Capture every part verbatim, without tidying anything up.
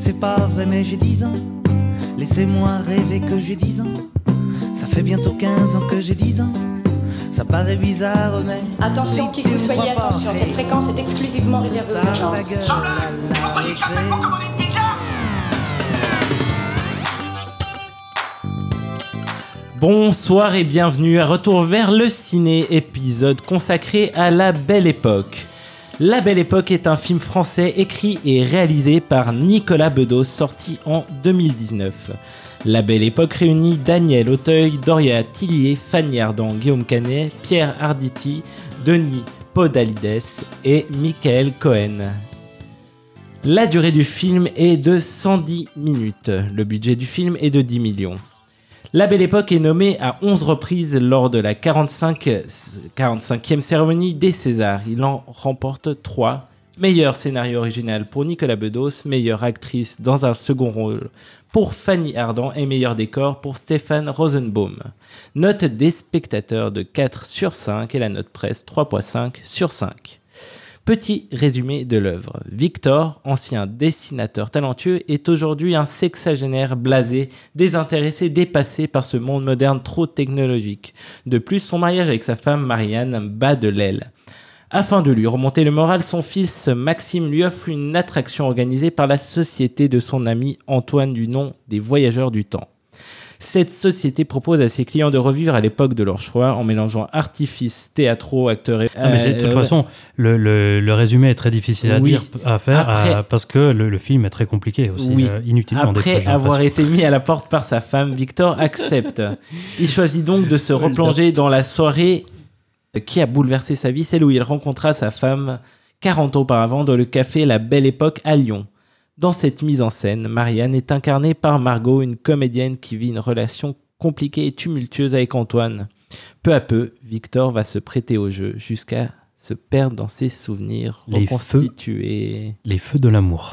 c'est pas vrai mais j'ai dix ans. Laissez-moi rêver que j'ai dix ans. Ça fait bientôt quinze ans que j'ai dix ans. Ça paraît bizarre mais... Attention, qui que vous soyez, attention, cette fréquence est exclusivement réservée aux urgences. Jean-Bleu, et vous croyez que j'appelle pour commander une pizza ? Bonsoir et bienvenue à Retour vers le ciné, épisode consacré à La Belle Époque. La Belle Époque est un film français écrit et réalisé par Nicolas Bedos, sorti en deux mille dix-neuf. La Belle Époque réunit Daniel Auteuil, Doria Tillier, Fanny Ardant, Guillaume Canet, Pierre Arditi, Denis Podalides et Michael Cohen. La durée du film est de cent dix minutes. Le budget du film est de dix millions. La Belle Époque est nommée à onze reprises lors de la quarante-cinq, quarante-cinquième cérémonie des Césars. Il en remporte trois. Meilleur scénario original pour Nicolas Bedos, meilleure actrice dans un second rôle pour Fanny Ardant et meilleur décor pour Stéphane Rosenbaum. Note des spectateurs de quatre sur cinq et la note presse trois virgule cinq sur cinq. Petit résumé de l'œuvre. Victor, ancien dessinateur talentueux, est aujourd'hui un sexagénaire blasé, désintéressé, dépassé par ce monde moderne trop technologique. De plus, son mariage avec sa femme Marianne bat de l'aile. Afin de lui remonter le moral, son fils Maxime lui offre une attraction organisée par la société de son ami Antoine du nom des Voyageurs du Temps. Cette société propose à ses clients de revivre à l'époque de leur choix en mélangeant artifices théâtraux, acteurs et... Ah, mais c'est, de toute euh, façon, le, le, le résumé est très difficile à oui. dire, à faire, Après, à, parce que le, le film est très compliqué aussi, oui. euh, inutilement Après détaillé, avoir été mis à la porte par sa femme, Victor accepte. Il choisit donc de se replonger dans la soirée qui a bouleversé sa vie, celle où il rencontra sa femme quarante ans auparavant dans le café La Belle Époque à Lyon. Dans cette mise en scène, Marianne est incarnée par Margot, une comédienne qui vit une relation compliquée et tumultueuse avec Antoine. Peu à peu, Victor va se prêter au jeu jusqu'à se perdre dans ses souvenirs les reconstitués. Feux, les feux de l'amour.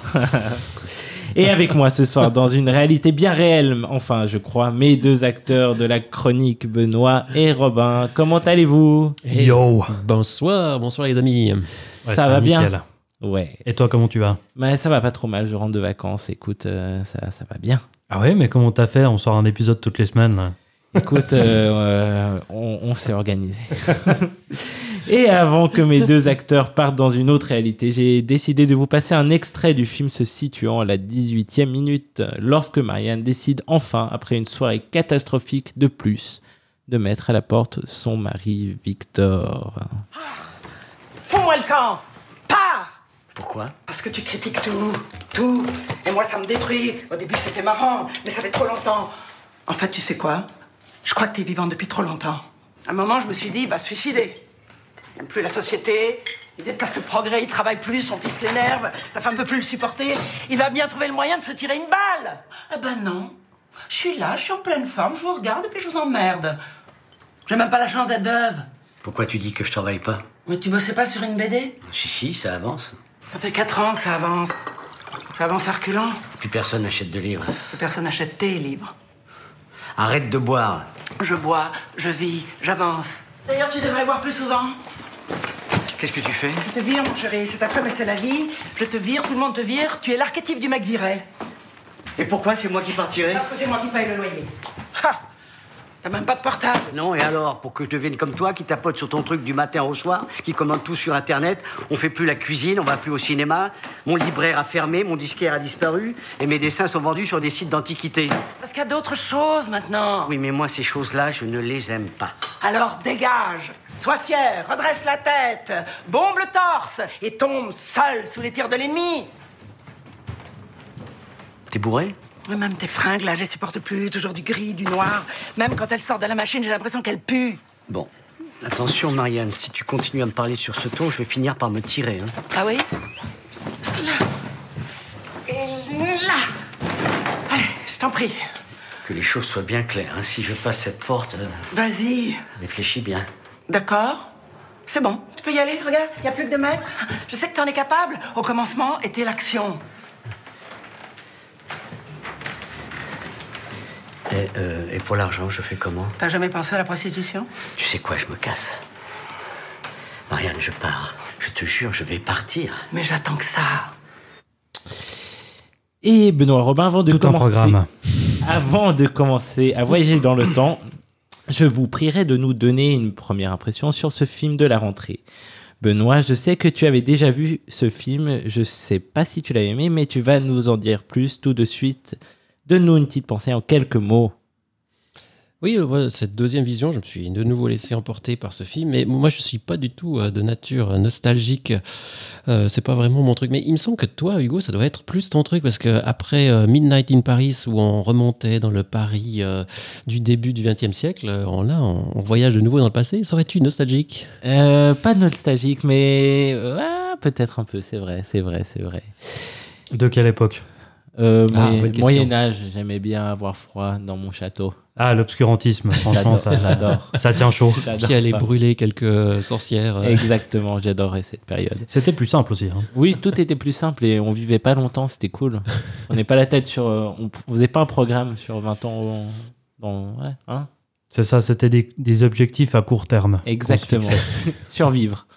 Et avec moi ce soir, dans une réalité bien réelle, enfin je crois, mes deux acteurs de la chronique, Benoît et Robin. Comment allez-vous ? Yo. Bonsoir, bonsoir les amis. Ouais, ça, ça va nickel. bien ? Ouais. Et toi, comment tu vas ? Mais ça va pas trop mal, je rentre de vacances, écoute, euh, ça, ça va bien. Ah ouais, mais comment t'as fait ? On sort un épisode toutes les semaines. Là. Écoute, euh, euh, on, on s'est organisé. Et avant que mes deux acteurs partent dans une autre réalité, j'ai décidé de vous passer un extrait du film se situant à la dix-huitième minute, lorsque Marianne décide enfin, après une soirée catastrophique de plus, de mettre à la porte son mari Victor. Fous-moi le camp ! Pars ! Pourquoi ? Parce que tu critiques tout, tout. Et moi, ça me détruit. Au début, c'était marrant, mais ça fait trop longtemps. En fait, tu sais quoi ? Je crois que t'es vivant depuis trop longtemps. À un moment, je me suis dit, il va se suicider. Il n'aime plus la société, il déteste le progrès, il travaille plus, son fils l'énerve, sa femme ne peut plus le supporter. Il va bien trouver le moyen de se tirer une balle. Eh ben non. Je suis là, je suis en pleine forme, je vous regarde et puis je vous emmerde. J'ai même pas la chance d'être veuve. Pourquoi tu dis que je travaille pas ? Mais tu bossais pas sur une B D ? Si, si, ça avance. Ça fait quatre ans que ça avance. Ça avance à reculons. Plus personne n'achète de livres. Plus personne n'achète tes livres. Arrête de boire. Je bois, je vis, j'avance. D'ailleurs, tu devrais boire plus souvent. Qu'est-ce que tu fais ? Je te vire, mon chéri, c'est affreux, mais c'est la vie. Je te vire, tout le monde te vire. Tu es l'archétype du mec viré. Et pourquoi c'est moi qui partirai ? Parce que c'est moi qui paye le loyer. Ha ! T'as même pas de portable. Non, et alors, pour que je devienne comme toi, qui tapote sur ton truc du matin au soir, qui commande tout sur Internet, on fait plus la cuisine, on va plus au cinéma, mon libraire a fermé, mon disquaire a disparu, et mes dessins sont vendus sur des sites d'antiquités. Parce qu'il y a d'autres choses maintenant. Oui, mais moi, ces choses-là, je ne les aime pas. Alors dégage, sois fier, redresse la tête, bombe le torse, et tombe seul sous les tirs de l'ennemi. T'es bourré ? Mais même tes fringues, là, je les supporte plus. Toujours du gris, du noir. Même quand elles sortent de la machine, j'ai l'impression qu'elles puent. Bon. Attention, Marianne, si tu continues à me parler sur ce ton, je vais finir par me tirer. Hein. Ah oui ? Là. Et là. Allez, je t'en prie. Que les choses soient bien claires. Hein. Si je passe cette porte, euh, Vas-y. réfléchis bien. D'accord ? C'est bon. Tu peux y aller, regarde. Il n'y a plus que deux mètres. Je sais que t'en es capable. Au commencement était l'action. Et, euh, et pour l'argent, je fais comment ? T'as jamais pensé à la prostitution ? Tu sais quoi, je me casse. Marianne, je pars. Je te jure, je vais partir. Mais j'attends que ça. Et Benoît Robin, avant de Tout un commencer, programme. avant de commencer à voyager dans le temps, je vous prierai de nous donner une première impression sur ce film de la rentrée. Benoît, je sais que tu avais déjà vu ce film, je sais pas si tu l'as aimé, mais tu vas nous en dire plus tout de suite. Donne-nous une petite pensée en quelques mots. Oui, euh, cette deuxième vision, je me suis de nouveau laissé emporter par ce film. Mais moi, je ne suis pas du tout euh, de nature nostalgique. Euh, c'est pas vraiment mon truc. Mais il me semble que toi, Hugo, ça doit être plus ton truc. Parce qu'après euh, Midnight in Paris, où on remontait dans le Paris euh, du début du vingtième siècle, on, là, on, on voyage de nouveau dans le passé. Serais-tu nostalgique ? Euh, pas nostalgique, mais ah, peut-être un peu, c'est vrai, c'est vrai, c'est vrai. De quelle époque ? Euh, Ah, moyen- bonne question. Moyen-Âge, j'aimais bien avoir froid dans mon château. Ah, l'obscurantisme, franchement, J'adore, ça, j'adore. ça tient chaud. J'adore Qui allait ça. brûler quelques sorcières. euh. Exactement, j'adorais cette période. C'était plus simple aussi. Hein. Oui, tout était plus simple et on vivait pas longtemps, c'était cool. On n'est pas la tête sur... euh, On on faisait pas un programme sur vingt ans dans... Ouais, hein. C'est ça, c'était des, des objectifs à court terme. qu'on se Exactement. fixait. Survivre.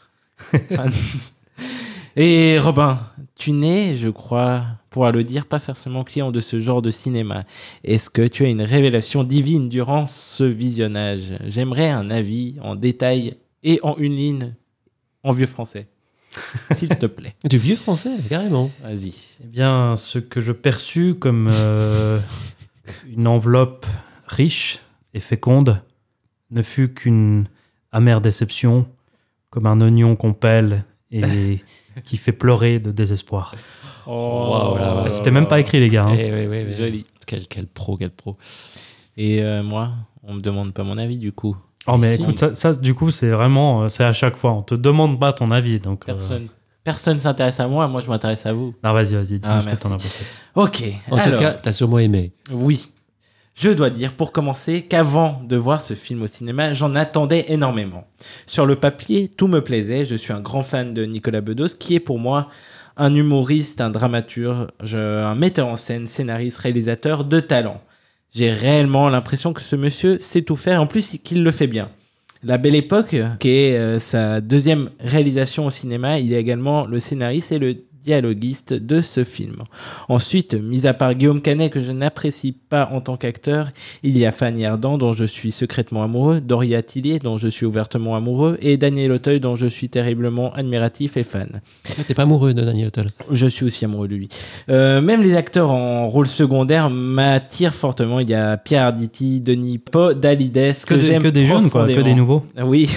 Et Robin, tu n'es, je crois, pour le dire, pas forcément client de ce genre de cinéma. Est-ce que tu as une révélation divine durant ce visionnage ? J'aimerais un avis en détail et en une ligne en vieux français. S'il te plaît. Du vieux français, carrément. Vas-y. Eh bien, ce que je perçus comme euh, une enveloppe riche et féconde ne fut qu'une amère déception, comme un oignon qu'on pèle et qui fait pleurer de désespoir. Oh, Waouh, là, là, Ah, C'était même pas écrit, les gars. hein. Eh, oui, oui, oui. Joli. Quel, quel pro, quel pro. Et euh, moi, on me demande pas mon avis du coup. Oh, mais Ici. écoute, ça, ça, du coup, c'est vraiment, euh, c'est à chaque fois. On te demande pas ton avis. Donc, euh, Personne, personne s'intéresse à moi, moi je m'intéresse à vous. Non, vas-y, vas-y, dis-nous Ah, ce que merci. t'en as pensé. Ok. En alors, tout cas, t'as sûrement aimé. oui. Je dois dire, pour commencer, qu'avant de voir ce film au cinéma, j'en attendais énormément. Sur le papier, tout me plaisait. Je suis un grand fan de Nicolas Bedos, qui est pour moi un humoriste, un dramaturge, un metteur en scène, scénariste, réalisateur de talent. J'ai réellement l'impression que ce monsieur sait tout faire, en plus qu'il le fait bien. La Belle Époque, qui est euh, sa deuxième réalisation au cinéma, il est également le scénariste et le dialoguiste de ce film. Ensuite, mis à part Guillaume Canet, que je n'apprécie pas en tant qu'acteur, il y a Fanny Ardant, dont je suis secrètement amoureux, Doria Tillier, dont je suis ouvertement amoureux, et Daniel Auteuil, dont je suis terriblement admiratif et fan. Ah, T'es pas amoureux de Daniel Auteuil ? Je suis aussi amoureux de lui. Euh, même les acteurs en rôle secondaire m'attirent fortement. Il y a Pierre Arditi, Denis Podalides, que, Que, des, j'aime que des jeunes, quoi, que profondément. des nouveaux. Oui.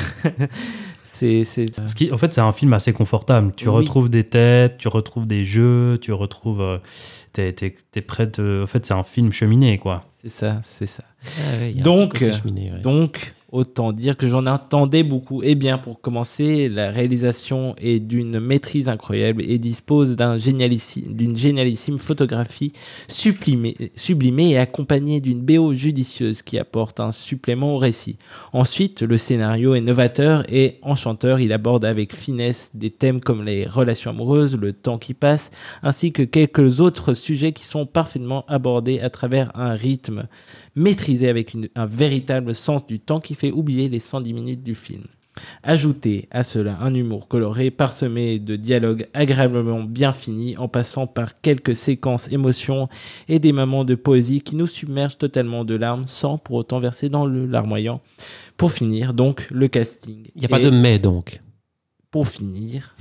c'est, c'est... Ce qui, en fait, c'est un film assez confortable. Tu Oui. retrouves des têtes, tu retrouves des jeux, tu retrouves. euh, t'es, t'es, t'es prêt de. En fait, c'est un film cheminé, quoi. c'est ça, c'est ça. Ah, ouais, il y a un Donc, petit côté cheminée, ouais. Donc, autant dire que j'en attendais beaucoup. Eh bien, pour commencer, la réalisation est d'une maîtrise incroyable et dispose d'un génialissi- d'une génialissime photographie sublimée, sublimée et accompagnée d'une B O judicieuse qui apporte un supplément au récit. Ensuite, le scénario est novateur et enchanteur. Il aborde avec finesse des thèmes comme les relations amoureuses, le temps qui passe, ainsi que quelques autres sujets qui sont parfaitement abordés à travers un rythme maîtrisé avec une- un véritable sens du temps qui fait oublier les cent dix minutes du film. Ajoutez à cela un humour coloré parsemé de dialogues agréablement bien finis en passant par quelques séquences émotions et des moments de poésie qui nous submergent totalement de larmes sans pour autant verser dans le larmoyant. Pour finir, donc, le casting. Il n'y a pas est- de mais, donc. Pour finir,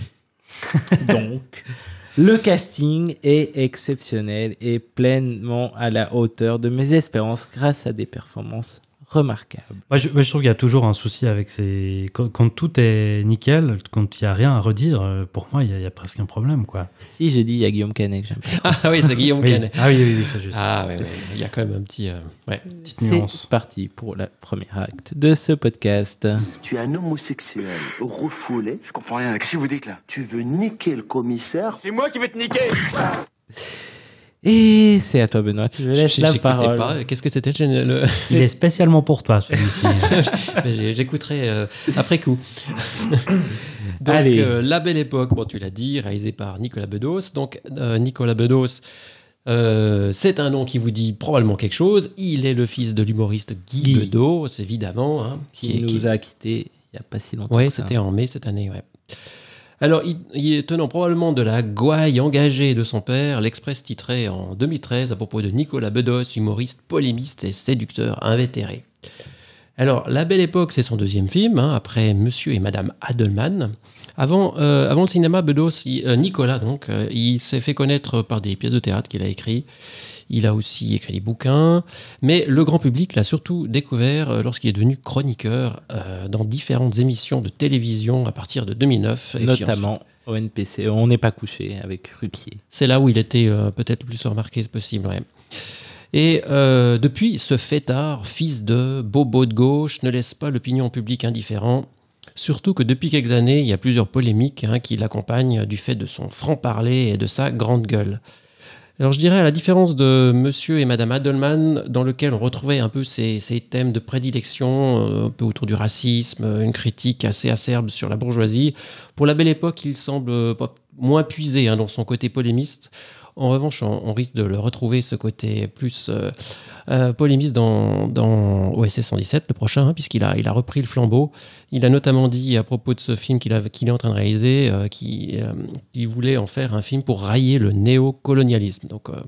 donc, le casting est exceptionnel et pleinement à la hauteur de mes espérances grâce à des performances remarquables. Moi, je, moi, je trouve qu'il y a toujours un souci avec ces. Quand, quand tout est nickel, quand il n'y a rien à redire, euh, pour moi, il y, a- il y a presque un problème, quoi. Si j'ai dit, il y a Guillaume Canet que j'aime pas. Ah oui, c'est Guillaume Oui. Canet. Ah oui, oui, oui, c'est juste. Ah ouais, ouais, il y a quand même un petit... euh, ouais. Petite nuance. C'est parti pour le premier acte de ce podcast. Tu es un homosexuel refoulé. Je comprends rien. Qu'est-ce que vous dites là? Tu veux niquer le commissaire. C'est moi qui vais te niquer. Et c'est à toi, Benoît, que je laisse J'ai- la j'écoutais parole. pas. Qu'est-ce que c'était le... le- Il est spécialement pour toi, celui-ci. Mais j'ai- J'écouterai euh, après coup. Donc, Allez. euh, La Belle Époque, bon, tu l'as dit, réalisé par Nicolas Bedos. Donc, euh, Nicolas Bedos, euh, c'est un nom qui vous dit probablement quelque chose. Il est le fils de l'humoriste Guy, Guy. Bedos, évidemment. Hein, qui, est- nous qui- a quittés il n'y a pas si longtemps Ouais, que ça. c'était en mai cette année, ouais. Alors, il, il, tenant probablement de la gouaille engagée de son père, l'Express titrait en deux mille treize à propos de Nicolas Bedos, humoriste, polémiste et séducteur invétéré. Alors, La Belle Époque, c'est son deuxième film, hein, après Monsieur et Madame Adelman. Avant, euh, avant le cinéma, Bedos, il, euh, Nicolas, donc, euh, il s'est fait connaître par des pièces de théâtre qu'il a écrites. Il a aussi écrit des bouquins, mais le grand public l'a surtout découvert lorsqu'il est devenu chroniqueur euh, dans différentes émissions de télévision à partir de deux mille neuf. Et notamment ensuite, au N P C, On n'est pas couché avec Ruquier. C'est là où il était euh, peut-être le plus remarqué possible. Ouais. Et euh, depuis, ce fêtard, fils de bobo de gauche, ne laisse pas l'opinion publique indifférent. Surtout que depuis quelques années, il y a plusieurs polémiques hein, qui l'accompagnent du fait de son franc-parler et de sa grande gueule. Alors je dirais, à la différence de Monsieur et Madame Adelman, dans lequel on retrouvait un peu ces, ces thèmes de prédilection, euh, un peu autour du racisme, une critique assez acerbe sur la bourgeoisie, pour La Belle Époque, il semble euh, moins puisé hein, dans son côté polémiste. En revanche, on, on risque de le retrouver, ce côté plus euh, euh, polémiste dans, dans O S S cent dix-sept, le prochain, hein, puisqu'il a, il a repris le flambeau. Il a notamment dit à propos de ce film qu'il, a, qu'il est en train de réaliser euh, qu'il, euh, qu'il voulait en faire un film pour railler le néocolonialisme. Donc, euh,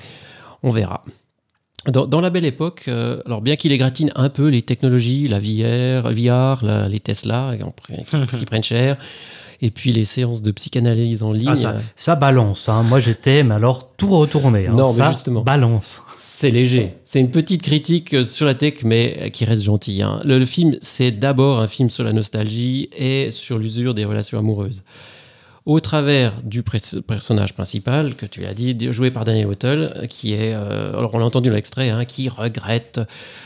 on verra. Dans, dans La Belle Époque, euh, alors bien qu'il égratigne un peu les technologies, la V R, V R la, les Tesla qui, qui prennent cher, et puis les séances de psychanalyse en ligne. Ah, ça, ça balance. Hein. Moi, j'étais, mais alors, tout retourné. Hein. Non, ça mais justement. balance. C'est léger. C'est une petite critique sur la tech, mais qui reste gentille. Hein. Le, le film, c'est d'abord un film sur la nostalgie et sur l'usure des relations amoureuses. Au travers du pres- personnage principal, que tu as dit, joué par Daniel Hottel, qui est, euh, alors on l'a entendu dans l'extrait, hein, qui regrette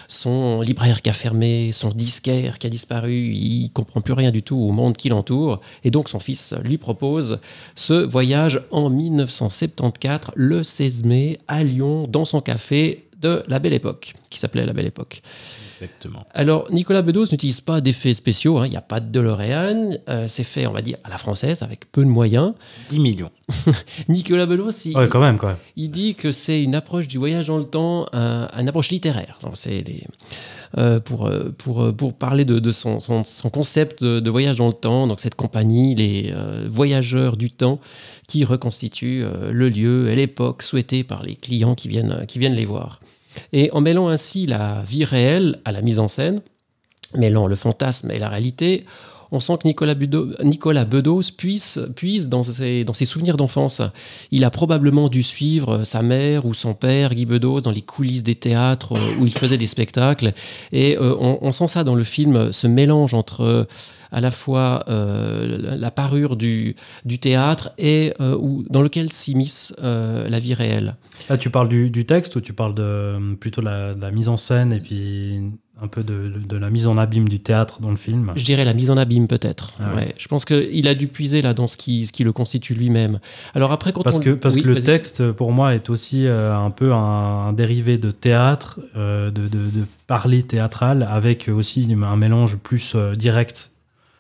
son libraire qui a fermé, son disquaire qui a disparu, il comprend plus rien du tout au monde qui l'entoure, et donc son fils lui propose ce voyage en dix-neuf cent soixante-quatorze, le seize mai, à Lyon, dans son café de La Belle Époque, qui s'appelait La Belle Époque. Exactement. Alors, Nicolas Bedos n'utilise pas d'effets spéciaux, il n'y a pas de DeLorean, euh, c'est fait, on va dire, à la française, avec peu de moyens. dix millions. Nicolas Bedos, il, ouais, quand même, quand même. il dit que c'est une approche du voyage dans le temps, euh, une approche littéraire. Donc, c'est des, euh, pour, pour, pour parler de, de son, son, son concept de, de voyage dans le temps, donc cette compagnie, les euh, voyageurs du temps, qui reconstituent euh, le lieu et l'époque souhaitée par les clients qui viennent, qui viennent les voir. Et en mêlant ainsi la vie réelle à la mise en scène, mêlant le fantasme et la réalité, on sent que Nicolas Bedos, Nicolas Bedos puise, puise dans, ses, dans ses souvenirs d'enfance. Il a probablement dû suivre sa mère ou son père, Guy Bedos, dans les coulisses des théâtres où il faisait des spectacles. Et euh, on, on sent ça dans le film, ce mélange entre à la fois euh, la parure du, du théâtre et euh, où, dans lequel s'immisce euh, la vie réelle. Là, tu parles du, du texte ou tu parles de, plutôt de la, de la mise en scène et puis un peu de, de, de la mise en abîme du théâtre dans le film? Je dirais la mise en abîme peut-être. Ah ouais. Ouais. Je pense qu'il a dû puiser là dans ce qui, ce qui le constitue lui-même. Alors après, quand parce on... que, parce oui, que le vas-y. texte, pour moi, est aussi euh, un peu un, un dérivé de théâtre, euh, de, de, de parler théâtral, avec aussi un mélange plus euh, direct.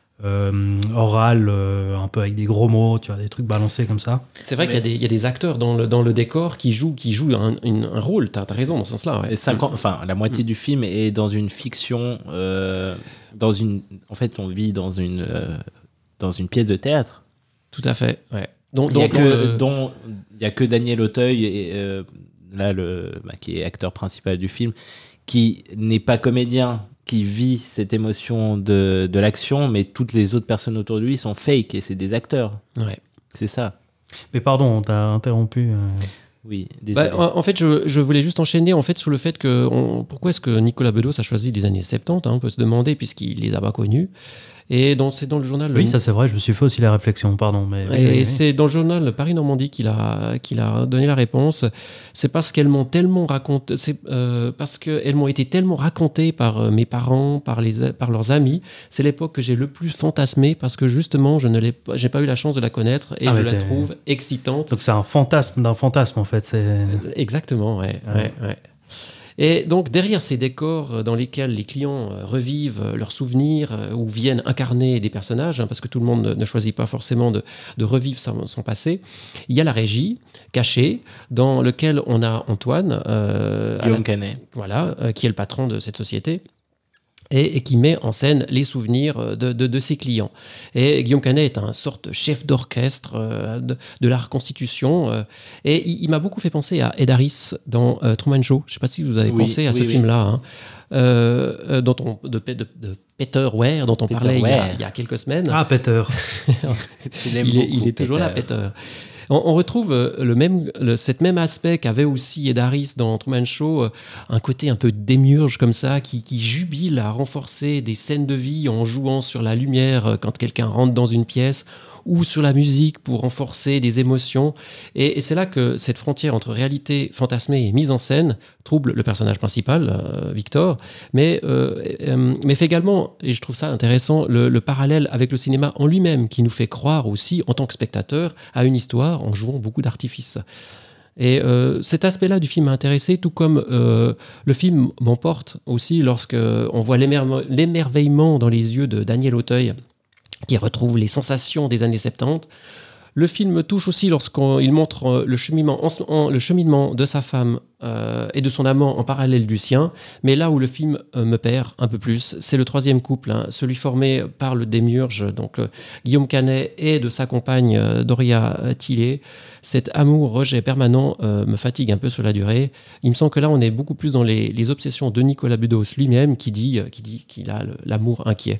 Euh, oral, euh, un peu avec des gros mots, tu vois, des trucs balancés comme ça. C'est vrai Mais... qu'il y a, des, il y a des acteurs dans le, dans le décor qui jouent, qui jouent un, une, un rôle, t'as, t'as raison dans ce sens-là. Ouais. Et cinquante, enfin, la moitié mmh. du film est dans une fiction, euh, dans une, en fait, on vit dans une, euh, dans une pièce de théâtre. Tout à fait, ouais. Donc, il n'y a, donc, euh... a que Daniel Auteuil, et, euh, là, le, bah, qui est acteur principal du film, qui n'est pas comédien, qui vit cette émotion de, de l'action, mais toutes les autres personnes autour de lui sont fake et c'est des acteurs. Ouais. C'est ça. Mais pardon, on t'a interrompu. Euh... Oui, désolé. Bah, en, en fait, je, je voulais juste enchaîner en fait, sur le fait que... On, pourquoi est-ce que Nicolas Bedos a choisi les années soixante-dix, hein, on peut se demander, puisqu'il les a pas connus. Et donc, c'est dans le journal... Oui, ça c'est vrai, je me suis fait aussi la réflexion, pardon. Mais... Et oui, oui, c'est oui. dans le journal Paris-Normandie qu'il a, qu'il a donné la réponse. C'est parce qu'elles m'ont tellement raconté... C'est euh, parce qu'elles m'ont été tellement racontées par euh, mes parents, par, les, par leurs amis. C'est l'époque que j'ai le plus fantasmé parce que justement, je ne l'ai pas, j'ai pas eu la chance de la connaître et ah, je la c'est... trouve excitante. Donc c'est un fantasme d'un fantasme en fait. C'est... Exactement, ouais. ouais. ouais, ouais. Et donc, derrière ces décors dans lesquels les clients revivent leurs souvenirs ou viennent incarner des personnages, hein, parce que tout le monde ne choisit pas forcément de, de revivre son, son passé, il y a la régie cachée, dans laquelle on a Antoine, euh, Guillaume Canet, voilà, euh, qui est le patron de cette société, Et, et qui met en scène les souvenirs de, de, de ses clients. Et Guillaume Canet est un sorte chef d'orchestre euh, de, de la reconstitution. Euh, et il, il m'a beaucoup fait penser à Ed Harris dans euh, Truman Show. Je ne sais pas si vous avez oui, pensé à oui, ce oui. film-là, hein, euh, dont on, de, de, de Peter Weir, dont on Peter parlait il y, a, il y a quelques semaines. Ah, Peter. il, il, est, il est toujours Peter. là, Peter. On, on retrouve le même, le, cet même aspect qu'avait aussi Ed Harris dans Truman Show, un côté un peu démiurge comme ça, qui, qui jubile à renforcer des scènes de vie en jouant sur la lumière quand quelqu'un rentre dans une pièce, ou sur la musique pour renforcer des émotions. Et, et c'est là que cette frontière entre réalité fantasmée et mise en scène trouble le personnage principal, euh, Victor, mais, euh, euh, mais fait également, et je trouve ça intéressant, le, le parallèle avec le cinéma en lui-même, qui nous fait croire aussi, en tant que spectateur, à une histoire en jouant beaucoup d'artifices. Et euh, cet aspect-là du film m'a intéressé, tout comme euh, le film m'emporte aussi lorsque on voit l'émer- l'émerveillement dans les yeux de Daniel Auteuil, qui retrouve les sensations des années soixante-dix. Le film me touche aussi lorsqu'il montre le cheminement, en, en, le cheminement de sa femme euh, et de son amant en parallèle du sien. Mais là où le film euh, me perd un peu plus, c'est le troisième couple, hein, celui formé par le démiurge, donc euh, Guillaume Canet, et de sa compagne euh, Doria Tillet. Cet amour-rejet permanent euh, me fatigue un peu sur la durée. Il me semble que là, on est beaucoup plus dans les, les obsessions de Nicolas Bedos lui-même, qui dit, qui dit qu'il a le, l'amour inquiet.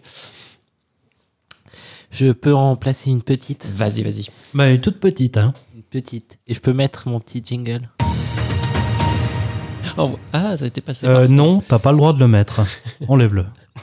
Je peux en placer une petite ? Vas-y, vas-y. Bah, une toute petite, hein. Une petite. Et je peux mettre mon petit jingle ? Oh, ah, ça a été passé. Euh, non, t'as pas le droit de le mettre. Enlève-le.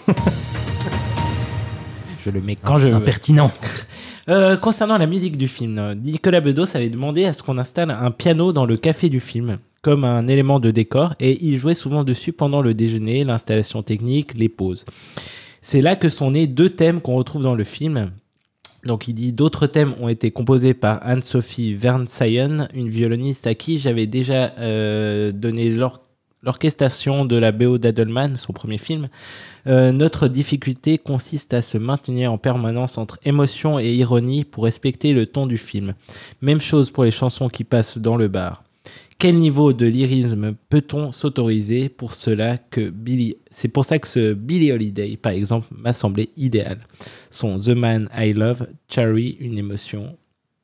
Je le mets quand je veux. Impertinent. Euh, concernant la musique du film, Nicolas Bedos avait demandé à ce qu'on installe un piano dans le café du film, comme un élément de décor, et il jouait souvent dessus pendant le déjeuner, l'installation technique, les pauses. C'est là que sont nés deux thèmes qu'on retrouve dans le film. Donc il dit « D'autres thèmes ont été composés par Anne-Sophie Versailles, une violoniste à qui j'avais déjà euh, donné l'or- l'orchestration de la B O d'Adelman, son premier film. Euh, notre difficulté consiste à se maintenir en permanence entre émotion et ironie pour respecter le ton du film. Même chose pour les chansons qui passent dans le bar. Quel niveau de lyrisme peut-on s'autoriser pour cela que Billy... C'est pour ça que ce Billie Holiday, par exemple, m'a semblé idéal. Son The Man I Love charrie une émotion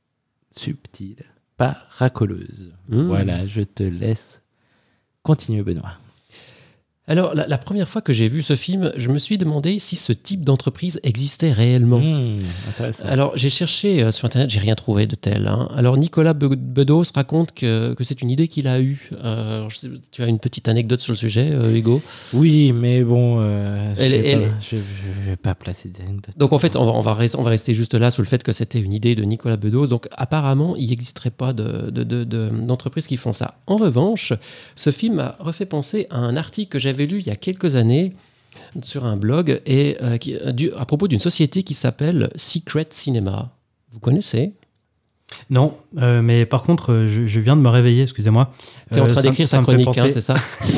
subtile, pas racoleuse. Mmh. Voilà, je te laisse continuer, Benoît. Alors, la, la première fois que j'ai vu ce film, je me suis demandé si ce type d'entreprise existait réellement. Mmh, intéressant. Alors, j'ai cherché euh, sur Internet, j'ai rien trouvé de tel. Hein. Alors, Nicolas Bedos raconte que, que c'est une idée qu'il a eue. Euh, alors, je sais, tu as une petite anecdote sur le sujet, euh, Hugo ? Oui, mais bon, euh, elle, je elle, ne vais pas placer des anecdotes. Donc, en fait, on va, on, va rester, on va rester juste là sur le fait que c'était une idée de Nicolas Bedos. Donc, apparemment, il n'existerait pas de, de, de, de, d'entreprises qui font ça. En revanche, ce film m'a refait penser à un article que j'avais lu il y a quelques années sur un blog et, euh, qui, du, à propos d'une société qui s'appelle Secret Cinema. Vous connaissez ? Non, euh, mais par contre, je, je viens de me réveiller, excusez-moi. Tu es en train euh, d'écrire sa chronique, hein, c'est ça ?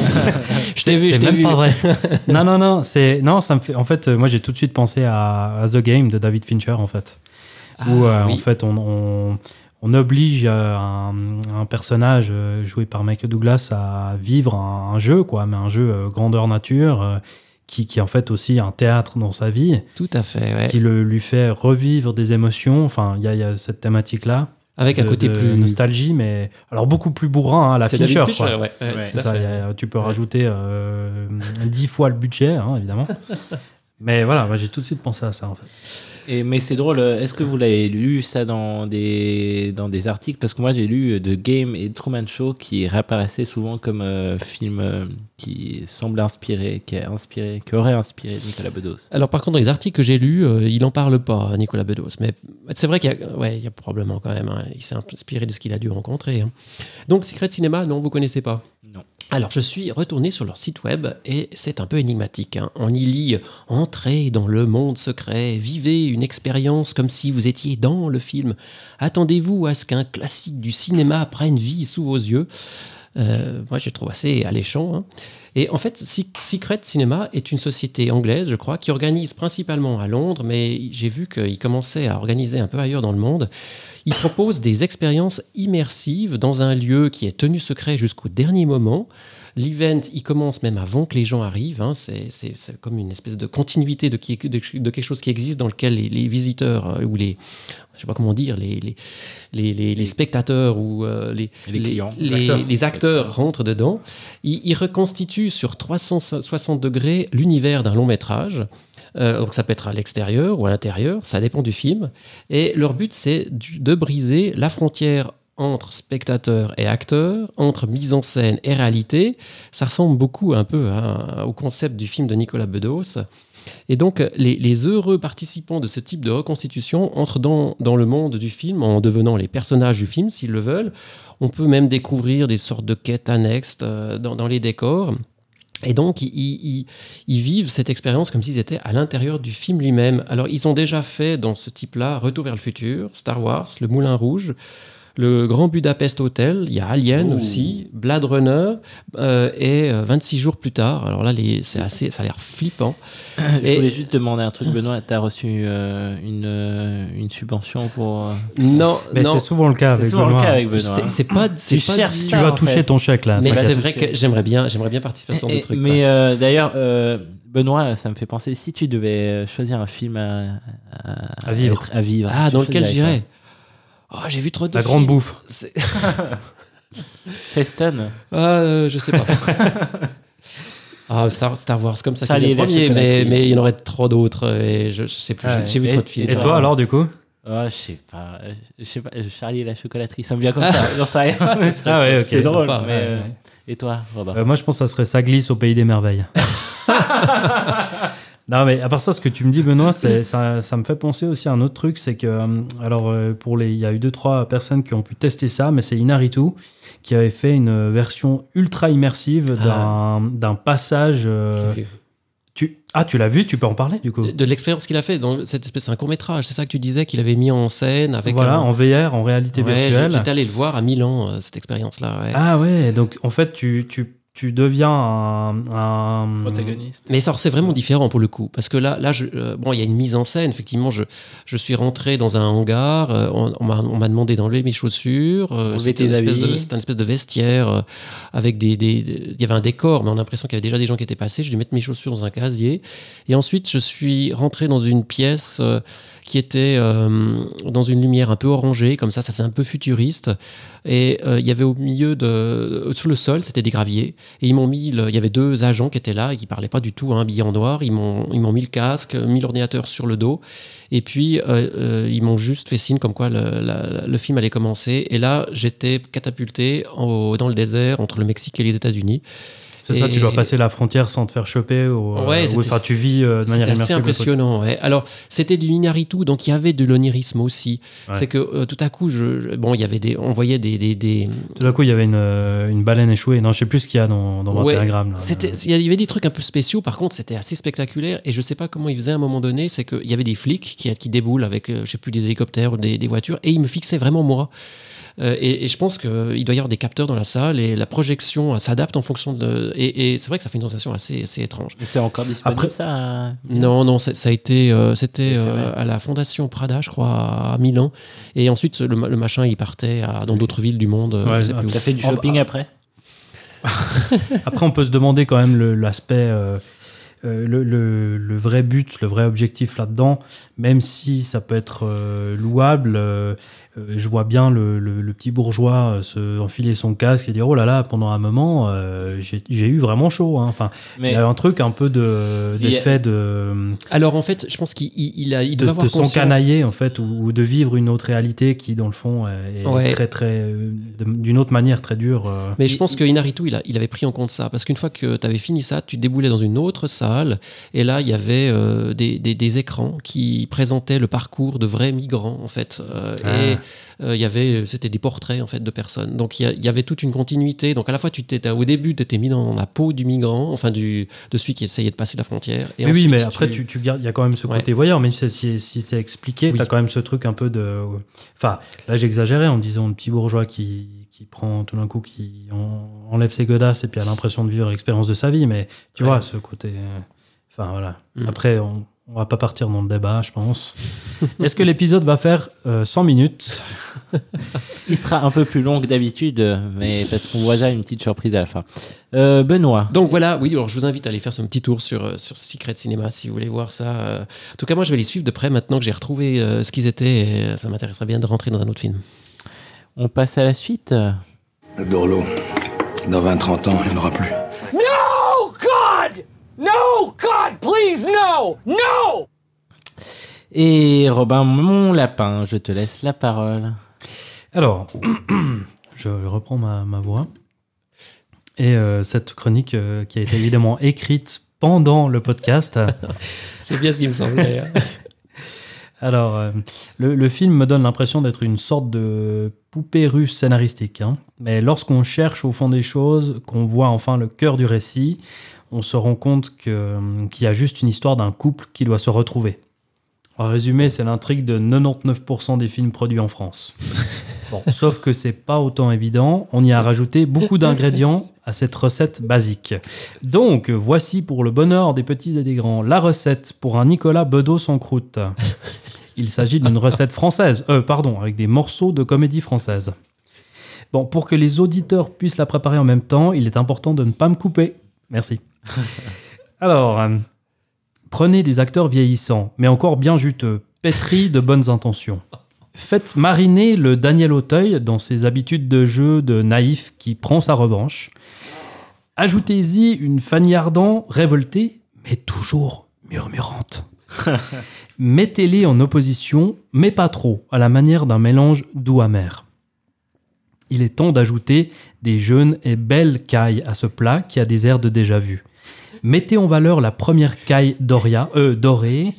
Je t'ai vu, c'est je t'ai même vu. Pas vrai. non, non, non, c'est, non, ça me fait. En fait, moi, j'ai tout de suite pensé à, à The Game de David Fincher, en fait, ah, où euh, oui. en fait, on, on, on oblige un, un personnage joué par Michael Douglas à vivre un, un jeu, quoi, mais un jeu euh, grandeur nature. Euh, Qui, qui est en fait aussi un théâtre dans sa vie. Tout à fait, ouais. Qui le, lui fait revivre des émotions. Enfin, il y, y a cette thématique-là. Avec de, un côté de plus... nostalgie, mais... Alors, beaucoup plus bourrin, hein, à la c'est Fincher, Fincher, quoi. Ouais, ouais, ouais, c'est ça, y a, tu peux ouais. rajouter euh, dix fois le budget, hein, évidemment. Mais voilà, moi, j'ai tout de suite pensé à ça, en fait. Et, mais c'est drôle, est-ce que vous l'avez lu ça dans des, dans des articles ? Parce que moi j'ai lu The Game et Truman Show qui réapparaissaient souvent comme euh, films euh, qui semblent inspirés, qui, a inspiré, qui auraient inspiré Nicolas Bedos. Alors par contre dans les articles que j'ai lus, euh, il n'en parle pas, Nicolas Bedos. Mais c'est vrai qu'il y a, ouais, il y a probablement quand même, hein, il s'est inspiré de ce qu'il a dû rencontrer. Hein. Donc Secret Cinema, non, vous ne connaissez pas ? Non. Alors, je suis retourné sur leur site web et c'est un peu énigmatique. Hein. On y lit « Entrez dans le monde secret, vivez une expérience comme si vous étiez dans le film. Attendez-vous à ce qu'un classique du cinéma prenne vie sous vos yeux. Euh, » Moi, je trouve assez alléchant. Hein. Et en fait, Secret Cinema est une société anglaise, je crois, qui organise principalement à Londres, mais j'ai vu qu'il commençait à organiser un peu ailleurs dans le monde. Il propose des expériences immersives dans un lieu qui est tenu secret jusqu'au dernier moment. l'event, il commence même avant que les gens arrivent. Hein. C'est, c'est, c'est comme une espèce de continuité de, qui, de, de quelque chose qui existe dans lequel les, les visiteurs euh, ou les, je sais pas comment dire, les, les, les, les, les spectateurs ou euh, les, les clients, les, les acteurs, les acteurs rentrent dedans. Ils, ils reconstituent sur trois cent soixante degrés l'univers d'un long métrage. Euh, donc ça peut être à l'extérieur ou à l'intérieur, ça dépend du film. Et leur but, c'est du, de briser la frontière entre spectateurs et acteurs, entre mise en scène et réalité. Ça ressemble beaucoup un peu hein, au concept du film de Nicolas Bedos. Et donc, les, les heureux participants de ce type de reconstitution entrent dans, dans le monde du film en devenant les personnages du film, s'ils le veulent. On peut même découvrir des sortes de quêtes annexes euh, dans, dans les décors. Et donc, ils, ils, ils vivent cette expérience comme s'ils étaient à l'intérieur du film lui-même. Alors, ils ont déjà fait, dans ce type-là, Retour vers le futur, Star Wars, Le Moulin Rouge, le Grand Budapest Hotel, il y a Alien Ouh. aussi, Blade Runner, euh, et euh, vingt-six jours plus tard. Alors là, les, c'est assez, ça a l'air flippant. Je Et- voulais juste demander un truc, Benoît. T'as reçu euh, une, euh, une subvention pour. euh, Non, Mais non. c'est souvent le cas C'est avec souvent Benoît. le cas avec Benoît. C'est, hein. c'est pas, c'est Tu pas cherches dit- Tu ça, vas en toucher fait. ton chèque là. Mais t'inquiète. c'est vrai que j'aimerais bien, j'aimerais bien participer à ce genre de Et- truc. mais quoi. euh, d'ailleurs, euh, Benoît, ça me fait penser, si tu devais choisir un film à, à, À vivre. être- à vivre Ah, tu dans lequel choisirais j'irais. Oh, j'ai vu trop de La films. grande bouffe. C'est- quoi Feston. Ah, euh, je sais pas. Ah, Star, Star Wars, comme ça, Charlie c'est et le la premier, mais, chocolaterie. mais il y en aurait trop d'autres. Et je, je sais plus, Ah j'ai, ouais. j'ai vu Et- trop de films. Et toi alors du coup Oh, je sais pas. Je sais pas. Charlie et la chocolaterie, ça me vient comme ça. J'en sais rien. Ah, c'est- Ah ouais, ok, c'est drôle. sympa, mais, ouais, euh, ouais. Et toi, Robin Euh, Moi je pense que ça serait Ça glisse au pays des merveilles. Non mais à part ça, ce que tu me dis Benoît, c'est, ça, ça me fait penser aussi à un autre truc, c'est que euh, alors euh, pour les, il y a eu deux trois personnes qui ont pu tester ça, mais c'est Inaritu qui avait fait une version ultra immersive d'un, d'un passage. euh, J'ai vu. tu, ah tu l'as vu, tu peux en parler du coup. De, de l'expérience qu'il a fait dans cette espèce, c'est un court métrage, c'est ça que tu disais qu'il avait mis en scène avec. Voilà, un- en V R, en réalité Ouais, virtuelle. j'ai- J'étais allé le voir à Milan, euh, cette expérience-là. Ouais. Ah ouais, donc en fait tu, tu, tu deviens un, un Protagoniste. Mais ça, c'est vraiment différent pour le coup, parce que là, là, je, euh, bon, il y a une mise en scène. Effectivement, je, je suis rentré dans un hangar, euh, on, on m'a, on m'a demandé d'enlever mes chaussures. euh, Enlever c'était, tes une espèce de, habits. c'était une espèce de vestiaire euh, avec des, des, des- il y avait un décor, mais on a l'impression qu'il y avait déjà des gens qui étaient passés. Je dû mettre mes chaussures dans un casier, et ensuite je suis rentré dans une pièce euh, qui était euh, dans une lumière un peu orangée, comme ça, ça faisait un peu futuriste. Et euh, il y avait au milieu de, sur le sol, c'était des graviers, et ils m'ont mis, le- il y avait deux agents qui étaient là et qui parlaient pas du tout, hein, habillés en noir. Ils m'ont, ils m'ont mis le casque, mis l'ordinateur sur le dos, et puis euh, euh, ils m'ont juste fait signe comme quoi le, la- le film allait commencer. Et là, j'étais catapulté en- dans le désert entre le Mexique et les États-Unis. C'est ça, Et- tu dois passer la frontière sans te faire choper ou, euh, Ouais, ou c'était- enfin tu vis euh, de manière C'était assez immersive. le truc. impressionnant. Ouais. Alors, c'était du Inaritu, donc il y avait de l'onirisme aussi. Ouais. C'est que euh, tout à coup, je, je- bon, il y avait des, on voyait des, des, des- Tout d'un coup, il y avait une, euh, une baleine échouée. Non, je sais plus ce qu'il y a dans, dans Ouais, vingt et un grammes. Là. C'était, il y avait des trucs un peu spéciaux, par contre, c'était assez spectaculaire. Et je sais pas comment ils faisaient à un moment donné, c'est qu'il y avait des flics qui, qui déboulent avec, euh, je sais plus, des hélicoptères ou des, des voitures, et ils me fixaient vraiment moi. Euh, et, et je pense qu'il doit y avoir des capteurs dans la salle, et la projection euh, s'adapte en fonction de. Et, et c'est vrai que ça fait une sensation assez, assez étrange. Et c'est encore disponible Après- ça à- Non, non, ça, ça a été, euh, c'était Éphémère. euh, à la Fondation Prada, je crois, à Milan. Et ensuite, le, ma- le machin, il partait à- dans d'autres villes du monde. euh, Ouais, je sais plus où. T'as fait du Oh, shopping bah, après Après, on peut se demander quand même le- l'aspect, euh, euh, le, le- le vrai but, le vrai objectif là-dedans, même si ça peut être euh, louable. euh, euh, je vois bien le, le- le petit bourgeois euh, se enfiler son casque et dire oh là là, pendant un moment, euh, j'ai j'ai eu vraiment chaud. hein. Enfin, il Mais y a un truc un peu de, Il y a- d'effet de, Alors, en fait, je pense qu'il il, il a, il de, doit avoir de conscience. s'encanailler en fait, ou, ou de vivre une autre réalité qui, dans le fond, est Ouais. très très euh, de- d'une autre manière très dure. euh. Mais je pense que Inaritu, il, a- il avait pris en compte ça. Parce qu'une fois que tu avais fini ça, tu déboulais dans une autre salle. Et là, il y avait euh, des, des- des écrans qui présentaient le parcours de vrais migrants, en fait. Euh, Et euh, il y avait, c'était des portraits, en fait, de personnes. Donc, il y, a- il y avait toute une continuité. Donc, à la fois, tu t'étais, au début, tu étais mis dans la peau du migrant, enfin, du, de celui qui essayait de passer la frontière. Et Mais oui, ensuite, mais après, tu, tu gardes, il y a quand même ce Ouais. côté voyeur, même si, si, si c'est expliqué, Oui. tu as quand même ce truc un peu de. Enfin, là, j'exagérais en disant le petit bourgeois qui, qui prend tout d'un coup, qui en- enlève ses godasses et puis a l'impression de vivre l'expérience de sa vie, mais tu Ouais. vois, ce côté. euh, Enfin, voilà. Mm. Après, on, On va pas partir dans le débat, je pense. Est-ce que l'épisode va faire euh, cent minutes? Il sera un peu plus long que d'habitude, mais parce qu'on voit déjà une petite surprise à la fin. Euh, Benoît. Donc voilà, oui, alors je vous invite à aller faire ce petit tour sur, sur Secret Cinéma si vous voulez voir ça. En tout cas, moi, je vais les suivre de près maintenant que j'ai retrouvé euh, ce qu'ils étaient. Et ça m'intéresserait bien de rentrer dans un autre film. On passe à la suite. Le Dorlo, dans vingt trente ans, il n'y en aura plus. No, God! No, God, please, no! No! Et Robin, mon lapin, je te laisse la parole. Alors, je reprends ma, ma voix. Et euh, cette chronique euh, qui a été évidemment écrite pendant le podcast. C'est bien ce qui me semblait. Hein. Alors, euh, le, le film me donne l'impression d'être une sorte de poupée russe scénaristique. Hein. Mais lorsqu'on cherche au fond des choses, qu'on voit enfin le cœur du récit, on se rend compte que, qu'il y a juste une histoire d'un couple qui doit se retrouver. En résumé, c'est l'intrigue de quatre-vingt-dix-neuf pour cent des films produits en France. Bon, sauf que c'est pas autant évident, on y a rajouté beaucoup d'ingrédients à cette recette basique. Donc, voici pour le bonheur des petits et des grands, la recette pour un Nicolas Bedos sans croûte. Il s'agit d'une recette française, euh, pardon, avec des morceaux de comédie française. Bon, pour que les auditeurs puissent la préparer en même temps, il est important de ne pas me couper. Merci. Alors, euh, prenez des acteurs vieillissants, mais encore bien juteux, pétris de bonnes intentions. Faites mariner le Daniel Auteuil dans ses habitudes de jeu de naïf qui prend sa revanche. Ajoutez-y une Fanny Ardant révoltée, mais toujours murmurante. Mettez-les en opposition, mais pas trop, à la manière d'un mélange doux-amer. Il est temps d'ajouter des jeunes et belles cailles à ce plat qui a des airs de déjà-vu. Mettez en valeur la première caille Doria, euh, dorée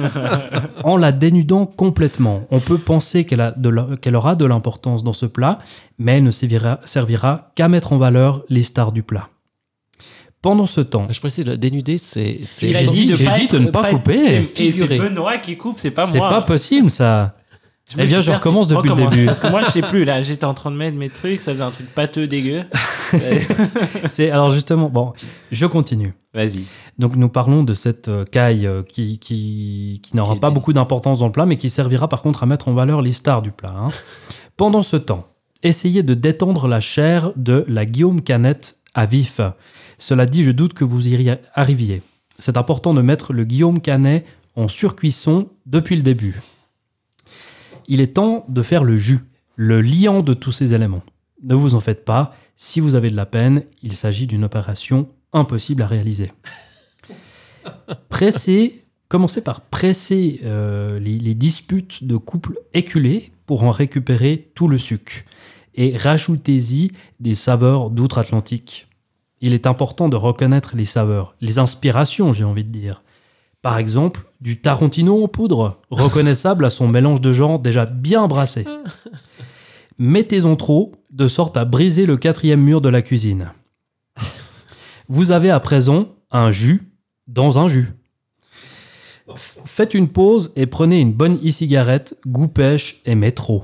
en la dénudant complètement. On peut penser qu'elle, a de la, qu'elle aura de l'importance dans ce plat, mais elle ne servira, servira qu'à mettre en valeur les stars du plat. Pendant ce temps... Je précise, la dénudée, c'est... c'est j'ai dit, de, j'ai dit de ne pas, pas couper. C'est, et c'est Benoît qui coupe, c'est pas c'est moi. C'est pas possible, ça. Eh bien, je recommence depuis recommence. le début. Parce que moi, je sais plus, là. J'étais en train de mettre mes trucs, ça faisait un truc pâteux, dégueu. c'est, alors, justement, bon, je continue. Vas-y. Donc, nous parlons de cette euh, caille euh, qui, qui, qui n'aura qui pas beaucoup d'importance dans le plat, mais qui servira par contre à mettre en valeur les stars du plat. Hein. Pendant ce temps, essayez de détendre la chair de la Guillaume Canette à vif. Cela dit, je doute que vous y arriviez. C'est important de mettre le Guillaume Canet en surcuisson depuis le début. Il est temps de faire le jus, le liant de tous ces éléments. Ne vous en faites pas, si vous avez de la peine, il s'agit d'une opération impossible à réaliser. Pressez, commencez par presser euh, les, les disputes de couple éculés pour en récupérer tout le suc. Et rajoutez-y des saveurs d'outre-Atlantique. Il est important de reconnaître les saveurs, les inspirations, j'ai envie de dire. Par exemple, du Tarantino en poudre, reconnaissable à son mélange de genres déjà bien brassé. Mettez-en trop, de sorte à briser le quatrième mur de la cuisine. Vous avez à présent un jus dans un jus. Faites une pause et prenez une bonne e-cigarette, goût pêche et métro.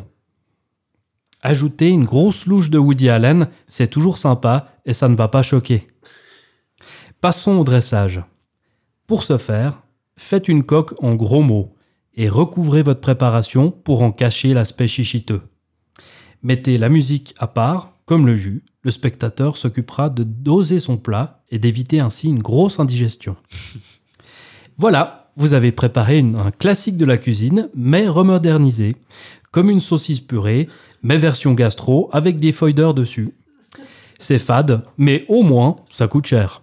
Ajoutez une grosse louche de Woody Allen, c'est toujours sympa et ça ne va pas choquer. Passons au dressage. Pour ce faire, faites une coque en gros mots et recouvrez votre préparation pour en cacher l'aspect chichiteux. Mettez la musique à part, comme le jus. Le spectateur s'occupera de doser son plat et d'éviter ainsi une grosse indigestion. Voilà, vous avez préparé une, un classique de la cuisine, mais remodernisé, comme une saucisse purée, mais version gastro avec des feuilles d'or dessus. C'est fade, mais au moins, ça coûte cher.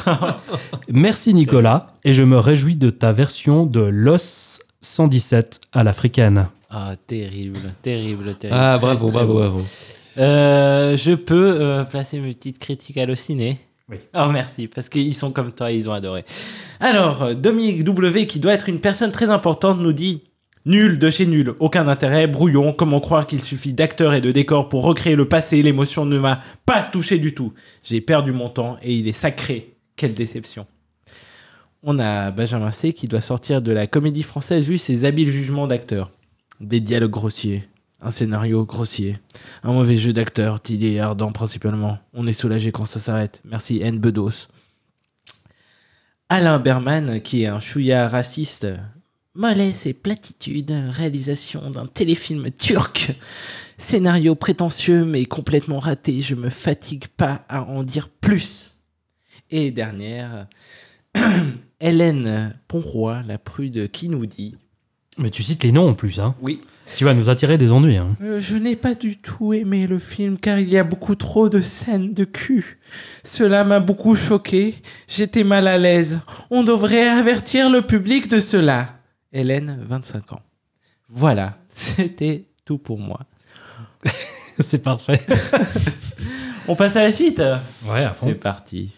Merci Nicolas, et je me réjouis de ta version de l'os cent dix-sept à l'africaine. Ah, terrible, terrible, terrible. Ah, bravo, très, bravo, très bravo. Euh, je peux euh, placer mes petites critiques hallucinées. Oui. Oh, merci, parce qu'ils sont comme toi, ils ont adoré. Alors, Dominique W, qui doit être une personne très importante, nous dit... Nul de chez nul, aucun intérêt, brouillon, comment croire qu'il suffit d'acteurs et de décors pour recréer le passé, l'émotion ne m'a pas touché du tout. J'ai perdu mon temps et il est sacré. Quelle déception. On a Benjamin C qui doit sortir de la comédie française vu ses habiles jugements d'acteurs. Des dialogues grossiers, un scénario grossier, un mauvais jeu d'acteur, Tilly et Ardent principalement. On est soulagé quand ça s'arrête. Merci N. Bedos. Alain Berman, qui est un chouïa raciste. Mollesse et platitude, réalisation d'un téléfilm turc. Scénario prétentieux mais complètement raté, je me fatigue pas à en dire plus. Et dernière, Hélène Ponroy, la prude, qui nous dit... Mais tu cites les noms en plus, hein. Oui. Tu vas nous attirer des ennuis, hein. Euh, je n'ai pas du tout aimé le film car il y a beaucoup trop de scènes de cul. Cela m'a beaucoup choqué. J'étais mal à l'aise. On devrait avertir le public de cela. Hélène, vingt-cinq ans. Voilà, c'était tout pour moi. C'est parfait. On passe à la suite. Ouais, à fond. C'est parti.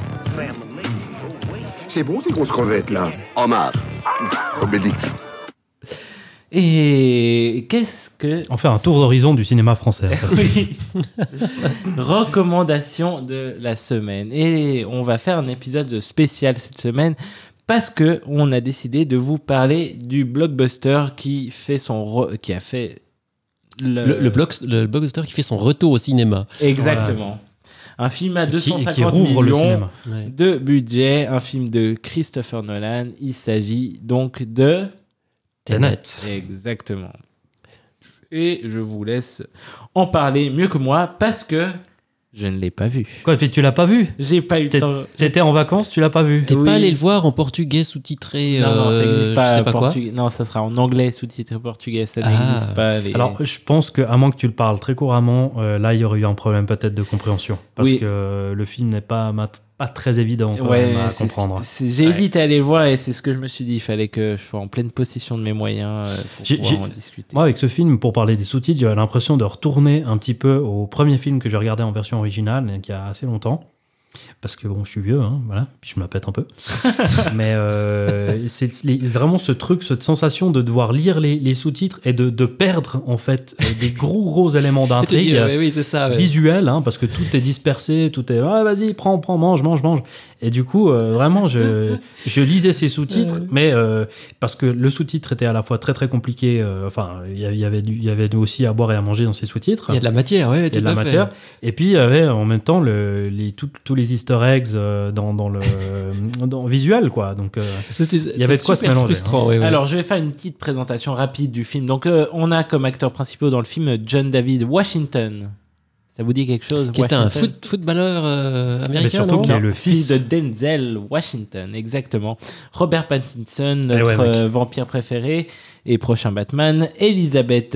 C'est bon ces grosses crevettes là. Hommage. Obélix. Et qu'est-ce que... On fait un tour d'horizon du cinéma français. En fait. Oui. Recommandation de la semaine. Et on va faire un épisode spécial cette semaine parce que on a décidé de vous parler du blockbuster qui fait son re... qui a fait le le, le, block, le blockbuster qui fait son retour au cinéma. Exactement. Ouais. Un film à deux cent cinquante millions de budget, un film de Christopher Nolan. Il s'agit donc de Tenet. Exactement. Et je vous laisse en parler mieux que moi parce que je ne l'ai pas vu. Quoi, puis tu l'as pas vu? J'ai pas eu le temps. T'étais en vacances, tu l'as pas vu? T'es Oui. pas allé le voir en portugais sous-titré? Non, non, ça n'existe euh, pas. je sais pas portugais. Non, ça sera en anglais sous-titré portugais. Ça Ah. n'existe pas. Les... Alors, je pense qu'à moins que tu le parles très couramment, euh, là, il y aurait eu un problème peut-être de compréhension. Parce Oui. que euh, le film n'est pas, mat- pas très évident quand Ouais, même à c'est comprendre. ce que- c'est- j'ai Ouais. hésité à aller le voir et c'est ce que je me suis dit. Il fallait que je sois en pleine possession de mes moyens euh, pour J'ai- pouvoir j'ai- en discuter. Moi, avec ce film, pour parler des sous-titres, j'ai l'impression de retourner un petit peu au premier film que j'ai regardé en version originale, il y a assez longtemps. Parce que bon, je suis vieux, hein, voilà, puis je me la pète un peu. Mais euh, c'est les- vraiment ce truc, cette sensation de devoir lire les, les sous-titres et de, de perdre en fait euh, des gros gros éléments d'intrigue dire, ouais, oui, c'est ça, ouais. visuels, hein, parce que tout est dispersé, tout est ah, vas-y, prends, prends, mange, mange, mange. Et du coup, euh, vraiment, je, je lisais ces sous-titres, mais euh, parce que le sous-titre était à la fois très très compliqué. euh, Enfin, il y, y avait du- il y avait aussi à boire et à manger dans ces sous-titres. Il y a de la matière, ouais, Il y a tout de la à fait. matière. Et puis, il y avait en même temps le, les, tout- tous les easter eggs euh, dans, dans le dans, visuel, quoi. Donc, euh, il y avait de quoi se mélanger. Frustrant, hein. ouais, ouais. Alors, je vais faire une petite présentation rapide du film. Donc, euh, on a comme acteurs principaux dans le film John David Washington. Ça vous dit quelque chose? Qui est un Washington foot, footballeur euh, américain, Mais surtout non qu'il est Non, le fils de Denzel Washington, exactement. Robert Pattinson, notre ouais, mec. euh, vampire préféré et prochain Batman. Elizabeth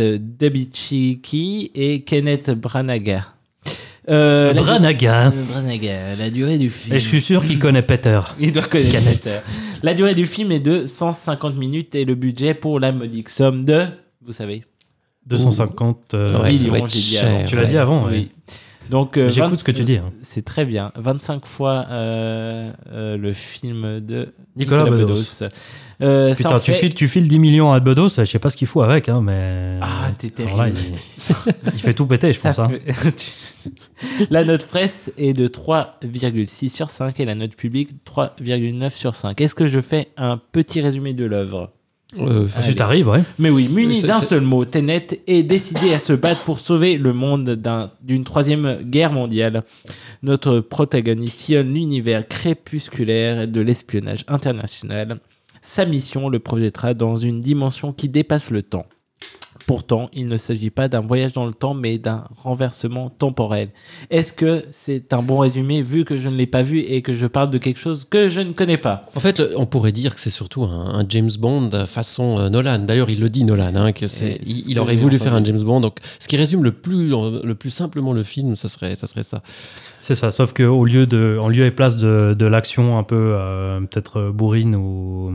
Debicki et Kenneth Branagh. Euh, la Branagh. du- Branagh, la durée du film. Et je suis sûr qu'il connaît Peter. Il doit connaître. Kenneth. La durée du film est de cent cinquante minutes et le budget pour la modique somme de, vous savez, deux cent cinquante euh, Ouais, ça millions, doit être j'ai dit cher, avant. Tu l'as ouais. dit avant, ouais. Oui. Donc, euh, J'écoute vingt- ce que tu dis, hein. C'est très bien. vingt-cinq fois euh, euh, le film de Nicolas Bedos. Euh, ça Putain, en tu, fait- files, tu files dix millions à Bedos, je sais pas ce qu'il faut avec, hein, mais. Ah, t'es Alors là, terrible. il, il fait tout péter, je Ça pense. Hein. fait- La note presse est de trois virgule six sur cinq et la note publique trois virgule neuf sur cinq. Est-ce que je fais un petit résumé de l'œuvre? Euh, Si t'arrives, ouais. Mais oui, muni C'est- d'un c'est- seul mot, Tenet est décidé à se battre pour sauver le monde d'un- d'une troisième guerre mondiale. Notre protagoniste sillonne l'univers crépusculaire de l'espionnage international. Sa mission le projettera dans une dimension qui dépasse le temps. Pourtant, il ne s'agit pas d'un voyage dans le temps, mais d'un renversement temporel. Est-ce que c'est un bon résumé, vu que je ne l'ai pas vu et que je parle de quelque chose que je ne connais pas? En fait, on pourrait dire que c'est surtout un, un James Bond façon euh, Nolan. D'ailleurs, il le dit, Nolan, hein, que c'est, Et c'est il, ce il que aurait j'ai voulu faire un entendu. James Bond. Donc, ce qui résume le plus, le plus simplement le film, ça serait, ça serait ça. C'est ça, sauf qu'au lieu, de, en lieu et place de, de l'action un peu euh, peut-être bourrine ou,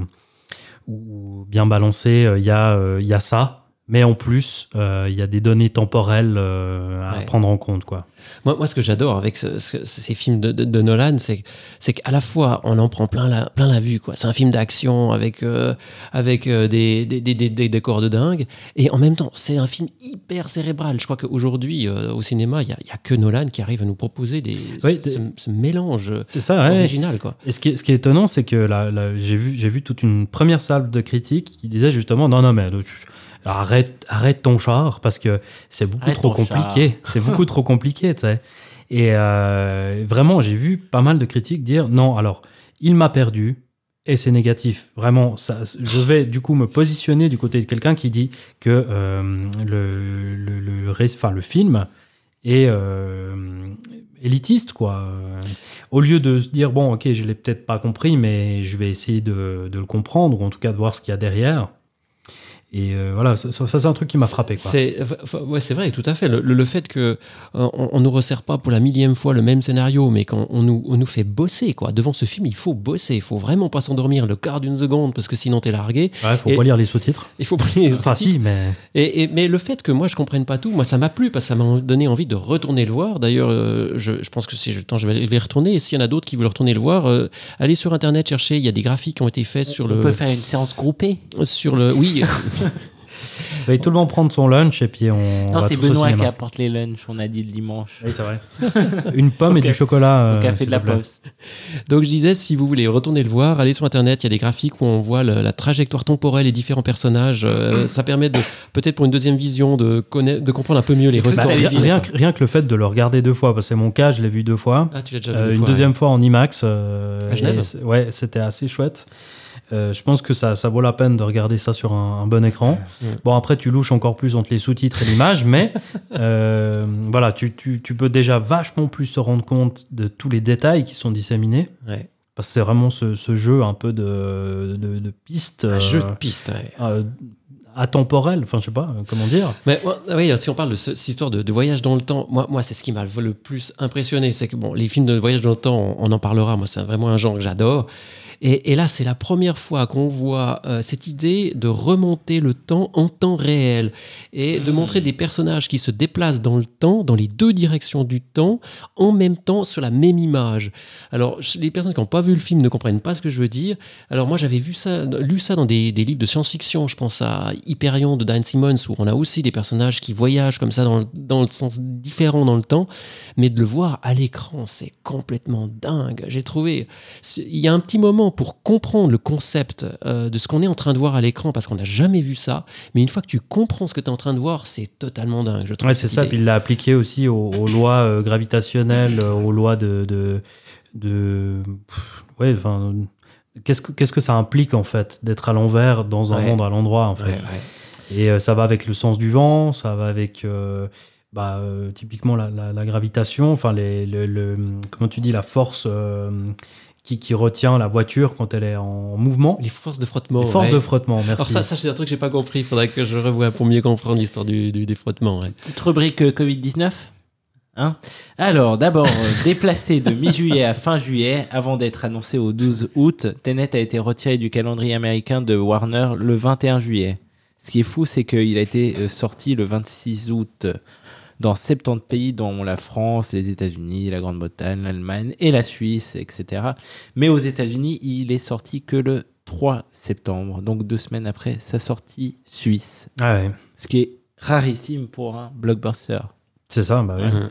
ou bien balancée, il y, euh, y a ça. Mais en plus, il euh, y a des données temporelles euh, à Ouais. prendre en compte, quoi. Moi, moi, ce que j'adore avec ce- ce- ces films de, de, de Nolan, c'est, c'est qu'à la fois, on en prend plein la, plein la vue, quoi. C'est un film d'action avec, euh, avec euh, des, des, des, des, des décors de dingue. Et en même temps, c'est un film hyper cérébral. Je crois qu'aujourd'hui, euh, au cinéma, il n'y a, il y a que Nolan qui arrive à nous proposer des, Oui, ce, ce mélange C'est ça, ouais. original, quoi. Et ce qui est, ce qui est étonnant, c'est que là, là, j'ai, vu, j'ai vu toute une première salve de critiques qui disaient justement non, non, mais euh, arrête, arrête ton char parce que c'est beaucoup Arrête trop ton compliqué. C'est beaucoup trop compliqué, tu sais. Et euh, vraiment, j'ai vu pas mal de critiques dire non, alors, il m'a perdu. et c'est négatif. Vraiment, ça, je vais du coup me positionner du côté de quelqu'un qui dit que euh, le, le, le, le, enfin, le film est euh, élitiste, quoi. Au lieu de se dire, bon, ok, je l'ai peut-être pas compris, mais je vais essayer de, de le comprendre, ou en tout cas de voir ce qu'il y a derrière. Et euh, voilà, ça, ça c'est un truc qui m'a frappé, quoi. C'est, ouais, c'est vrai, tout à fait. Le, le fait que euh, on, on nous resserre pas pour la millième fois le même scénario, mais qu'on on nous, on nous fait bosser, quoi. Devant ce film, il faut bosser. Il faut vraiment pas s'endormir le quart d'une seconde parce que sinon t'es largué. Ouais, faut et, pas lire les sous-titres. Il faut pas lire les enfin, sous-titres. si, mais. Et, et, mais le fait que moi je comprenne pas tout, moi ça m'a plu parce que ça m'a donné envie de retourner le voir. D'ailleurs, euh, je, je pense que si j'ai le temps, je vais, je vais y retourner. Et s'il y en a d'autres qui veulent retourner le voir, euh, allez sur internet chercher. Il y a des graphiques qui ont été faits sur on le. On peut faire une séance groupée. Sur le, oui. Va tout le monde prendre son lunch et puis on. Non, va c'est tous Benoît au cinéma. qui apporte les lunchs, on a dit le dimanche. Oui, c'est vrai. Une pomme et du chocolat. Au euh, café s'il de la te plaît. Poste. Donc je disais, si vous voulez retourner le voir, allez sur internet, il y a des graphiques où on voit le, la trajectoire temporelle et différents personnages. Euh, ça permet de, peut-être pour une deuxième vision, de, connaître, de comprendre un peu mieux les Bah, ressorts. rien, rien, que, rien que le fait de le regarder deux fois, parce que c'est mon cas, je l'ai vu deux fois. Ah, tu l'as déjà vu Euh, deux une fois, deuxième ouais. fois en IMAX. Euh, À Genève. et c'est- Ouais, c'était assez chouette. Euh, je pense que ça, ça vaut la peine de regarder ça sur un, un bon écran. Ouais. Bon, après, tu louches encore plus entre les sous-titres et l'image, mais euh, voilà, tu, tu, tu peux déjà vachement plus te rendre compte de tous les détails qui sont disséminés. Ouais. Parce que c'est vraiment ce, ce jeu un peu de, de, de piste. Un euh, jeu de piste, ouais. euh, atemporel, enfin, je sais pas, euh, comment dire. Mais ouais, oui, si on parle de ce- cette histoire de, de voyage dans le temps, moi, moi c'est ce qui m'a le plus impressionné. C'est que bon, les films de voyage dans le temps, on, on en parlera. Moi, c'est vraiment un genre que j'adore. Et, et là, c'est la première fois qu'on voit euh, cette idée de remonter le temps en temps réel et de montrer des personnages qui se déplacent dans le temps, dans les deux directions du temps, en même temps sur la même image. Alors, les personnes qui n'ont pas vu le film ne comprennent pas ce que je veux dire. Alors, moi, j'avais vu ça, lu ça dans des, des livres de science-fiction. Je pense à Hyperion de Dan Simmons, où on a aussi des personnages qui voyagent comme ça dans le, dans le sens différent dans le temps. Mais de le voir à l'écran, c'est complètement dingue. J'ai trouvé... Il y a un petit moment pour comprendre le concept euh, de ce qu'on est en train de voir à l'écran, parce qu'on n'a jamais vu ça, mais une fois que tu comprends ce que tu es en train de voir, c'est totalement dingue. Je trouve Ouais, c'est ça. idée. Puis il l'a appliqué aussi aux, aux lois euh, gravitationnelles, euh, aux lois de. de, de pff, ouais, enfin. Qu'est-ce que, qu'est-ce que ça implique, en fait, d'être à l'envers dans un Ouais. monde à l'endroit, en fait. Ouais, ouais. Et euh, ça va avec le sens du vent, ça va avec. Euh, bah, euh, typiquement la, la, la gravitation, enfin, les, le, le- comment tu dis, la force. Euh, Qui, qui retient la voiture quand elle est en mouvement. Les forces de frottement. Les forces ouais. de frottement, merci. Alors ça, ça c'est un truc que j'ai pas compris. Il faudrait que je revoie pour mieux comprendre l'histoire du, du, des frottements. Ouais. Petite rubrique euh, covid dix-neuf. Hein Alors, d'abord, euh, déplacé de mi-juillet à fin juillet, avant d'être annoncé au douze août, Tenet a été retiré du calendrier américain de Warner le vingt et un juillet. Ce qui est fou, c'est qu'il a été euh, sorti le vingt-six août dans soixante-dix pays, dont la France, les États-Unis, la Grande-Bretagne, l'Allemagne et la Suisse, et cetera. Mais aux États-Unis, il est sorti que le trois septembre, donc deux semaines après sa sortie suisse. Ah ouais. Ce qui est rarissime pour un blockbuster. C'est ça, bah oui. Mmh.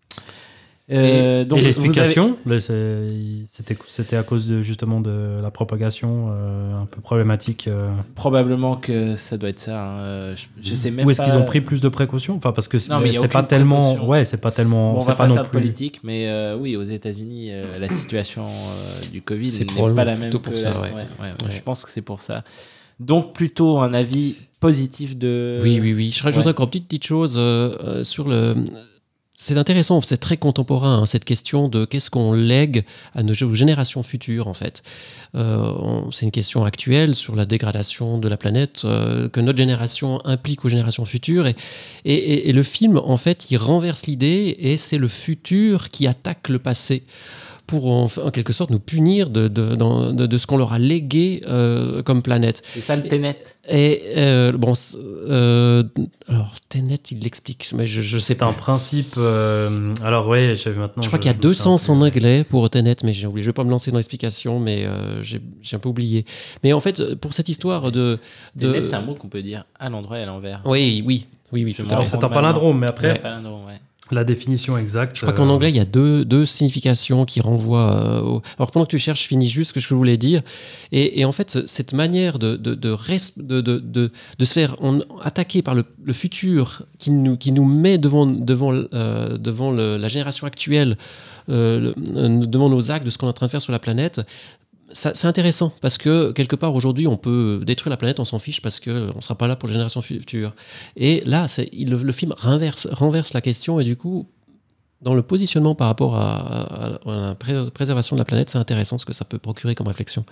Euh, et donc et vous l'explication, là, c'est- c'était, c'était à cause de, justement de la propagation euh, un peu problématique. euh. Probablement que ça doit être ça. hein. Euh, Je, je sais même Ou est-ce pas. qu'ils ont pris plus de précautions, enfin, parce que c'est, Non, mais il y a c'est pas aucune tellement. précaution. Ouais, c'est pas tellement. Bon, on c'est va pas, pas non faire de plus. politique, mais euh, oui, aux États-Unis, euh, la situation euh, du Covid C'est n'est probablement pas la même plutôt pour que ça, la- ouais. ouais, ouais, ouais, Ouais. Je pense que c'est pour ça. Donc plutôt un avis positif de. Oui, oui, oui. Je rajouterais Ouais. encore une petite, petite chose euh, euh, sur le. C'est intéressant, c'est très contemporain, hein, cette question de qu'est-ce qu'on lègue à nos générations futures, en fait. Euh, on- c'est une question actuelle sur la dégradation de la planète euh, que notre génération implique aux générations futures. Et, et, et- et le film, en fait, il renverse l'idée et c'est le futur qui attaque le passé pour en, en quelque sorte nous punir de, de, dans- de, de ce qu'on leur a légué euh, comme planète. C'est ça le Tenet. Et euh, bon, c'est- euh, alors Tenet, il l'explique, mais je, je sais C'est pas. un principe. euh, alors, ouais, j'avais maintenant. Je crois qu'il y a me deux souviens sens plus. en anglais pour Tenet, mais j'ai oublié. Je vais pas me lancer dans l'explication, mais euh, j'ai j'ai un peu oublié. Mais en fait, pour cette histoire de, de... Tenet, c'est un mot qu'on peut dire à l'endroit et à l'envers. Oui, oui, oui, oui. Je tout m'en à Alors, fait. c'est rends un compte maintenant. palindrome, mais après, Ouais, palindrome, ouais. la définition exacte. Je crois qu'en euh, anglais, il y a deux, deux significations qui renvoient. euh, au... Alors, pendant que tu cherches, je finis juste ce que je voulais dire. Et, et en fait, ce- cette manière de, de, de, res- de, de, de, de se faire en- attaquer par le, le futur qui nous, qui nous met devant, devant, euh, devant le- la génération actuelle, euh, le- euh, devant nos actes de ce qu'on est en train de faire sur la planète, ça, c'est intéressant parce que quelque part aujourd'hui on peut détruire la planète, on s'en fiche parce qu'on ne sera pas là pour les générations futures. Et là, c'est, il, le, le film renverse, renverse la question et du coup, dans le positionnement par rapport à, à, à la pré- préservation de la planète, c'est intéressant ce que ça peut procurer comme réflexion.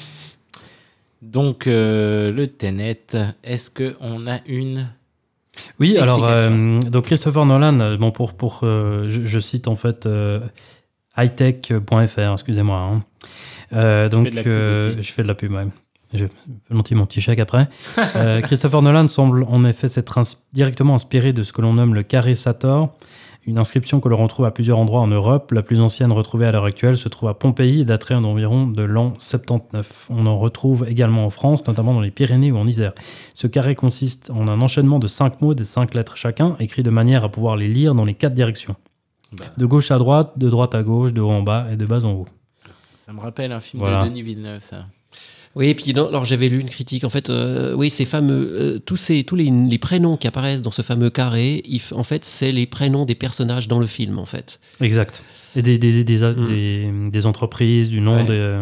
Donc, euh, le Tenet, est-ce qu'on a une... Oui, alors, euh, donc Christopher Nolan, bon, pour, pour, euh, je, je cite en fait euh, hightech point f r, excusez-moi. Hein. Euh, donc, je fais, euh, je fais de la pub, ouais. Je vais monter mon petit chèque après. euh, Christopher Nolan semble en effet s'être ins- directement inspiré de ce que l'on nomme le carré Sator, une inscription que l'on retrouve à plusieurs endroits en Europe. La plus ancienne retrouvée à l'heure actuelle se trouve à Pompéi et daterait d'environ de l'an soixante-dix-neuf. On en retrouve également en France, notamment dans les Pyrénées ou en Isère. Ce carré consiste en un enchaînement de cinq mots, des cinq lettres chacun, écrits de manière à pouvoir les lire dans les quatre directions. Bah. De gauche à droite, de droite à gauche, de haut en bas et de bas en haut. Ça me rappelle un film voilà. de Denis Villeneuve, ça. Oui, et puis non, alors j'avais lu une critique. En fait, euh, oui, ces fameux, euh, tous ces, tous les, les prénoms qui apparaissent dans ce fameux carré, il, en fait, c'est les prénoms des personnages dans le film, en fait. Exact. Et des des des, des, mmh. des, des entreprises, du nom ouais. de,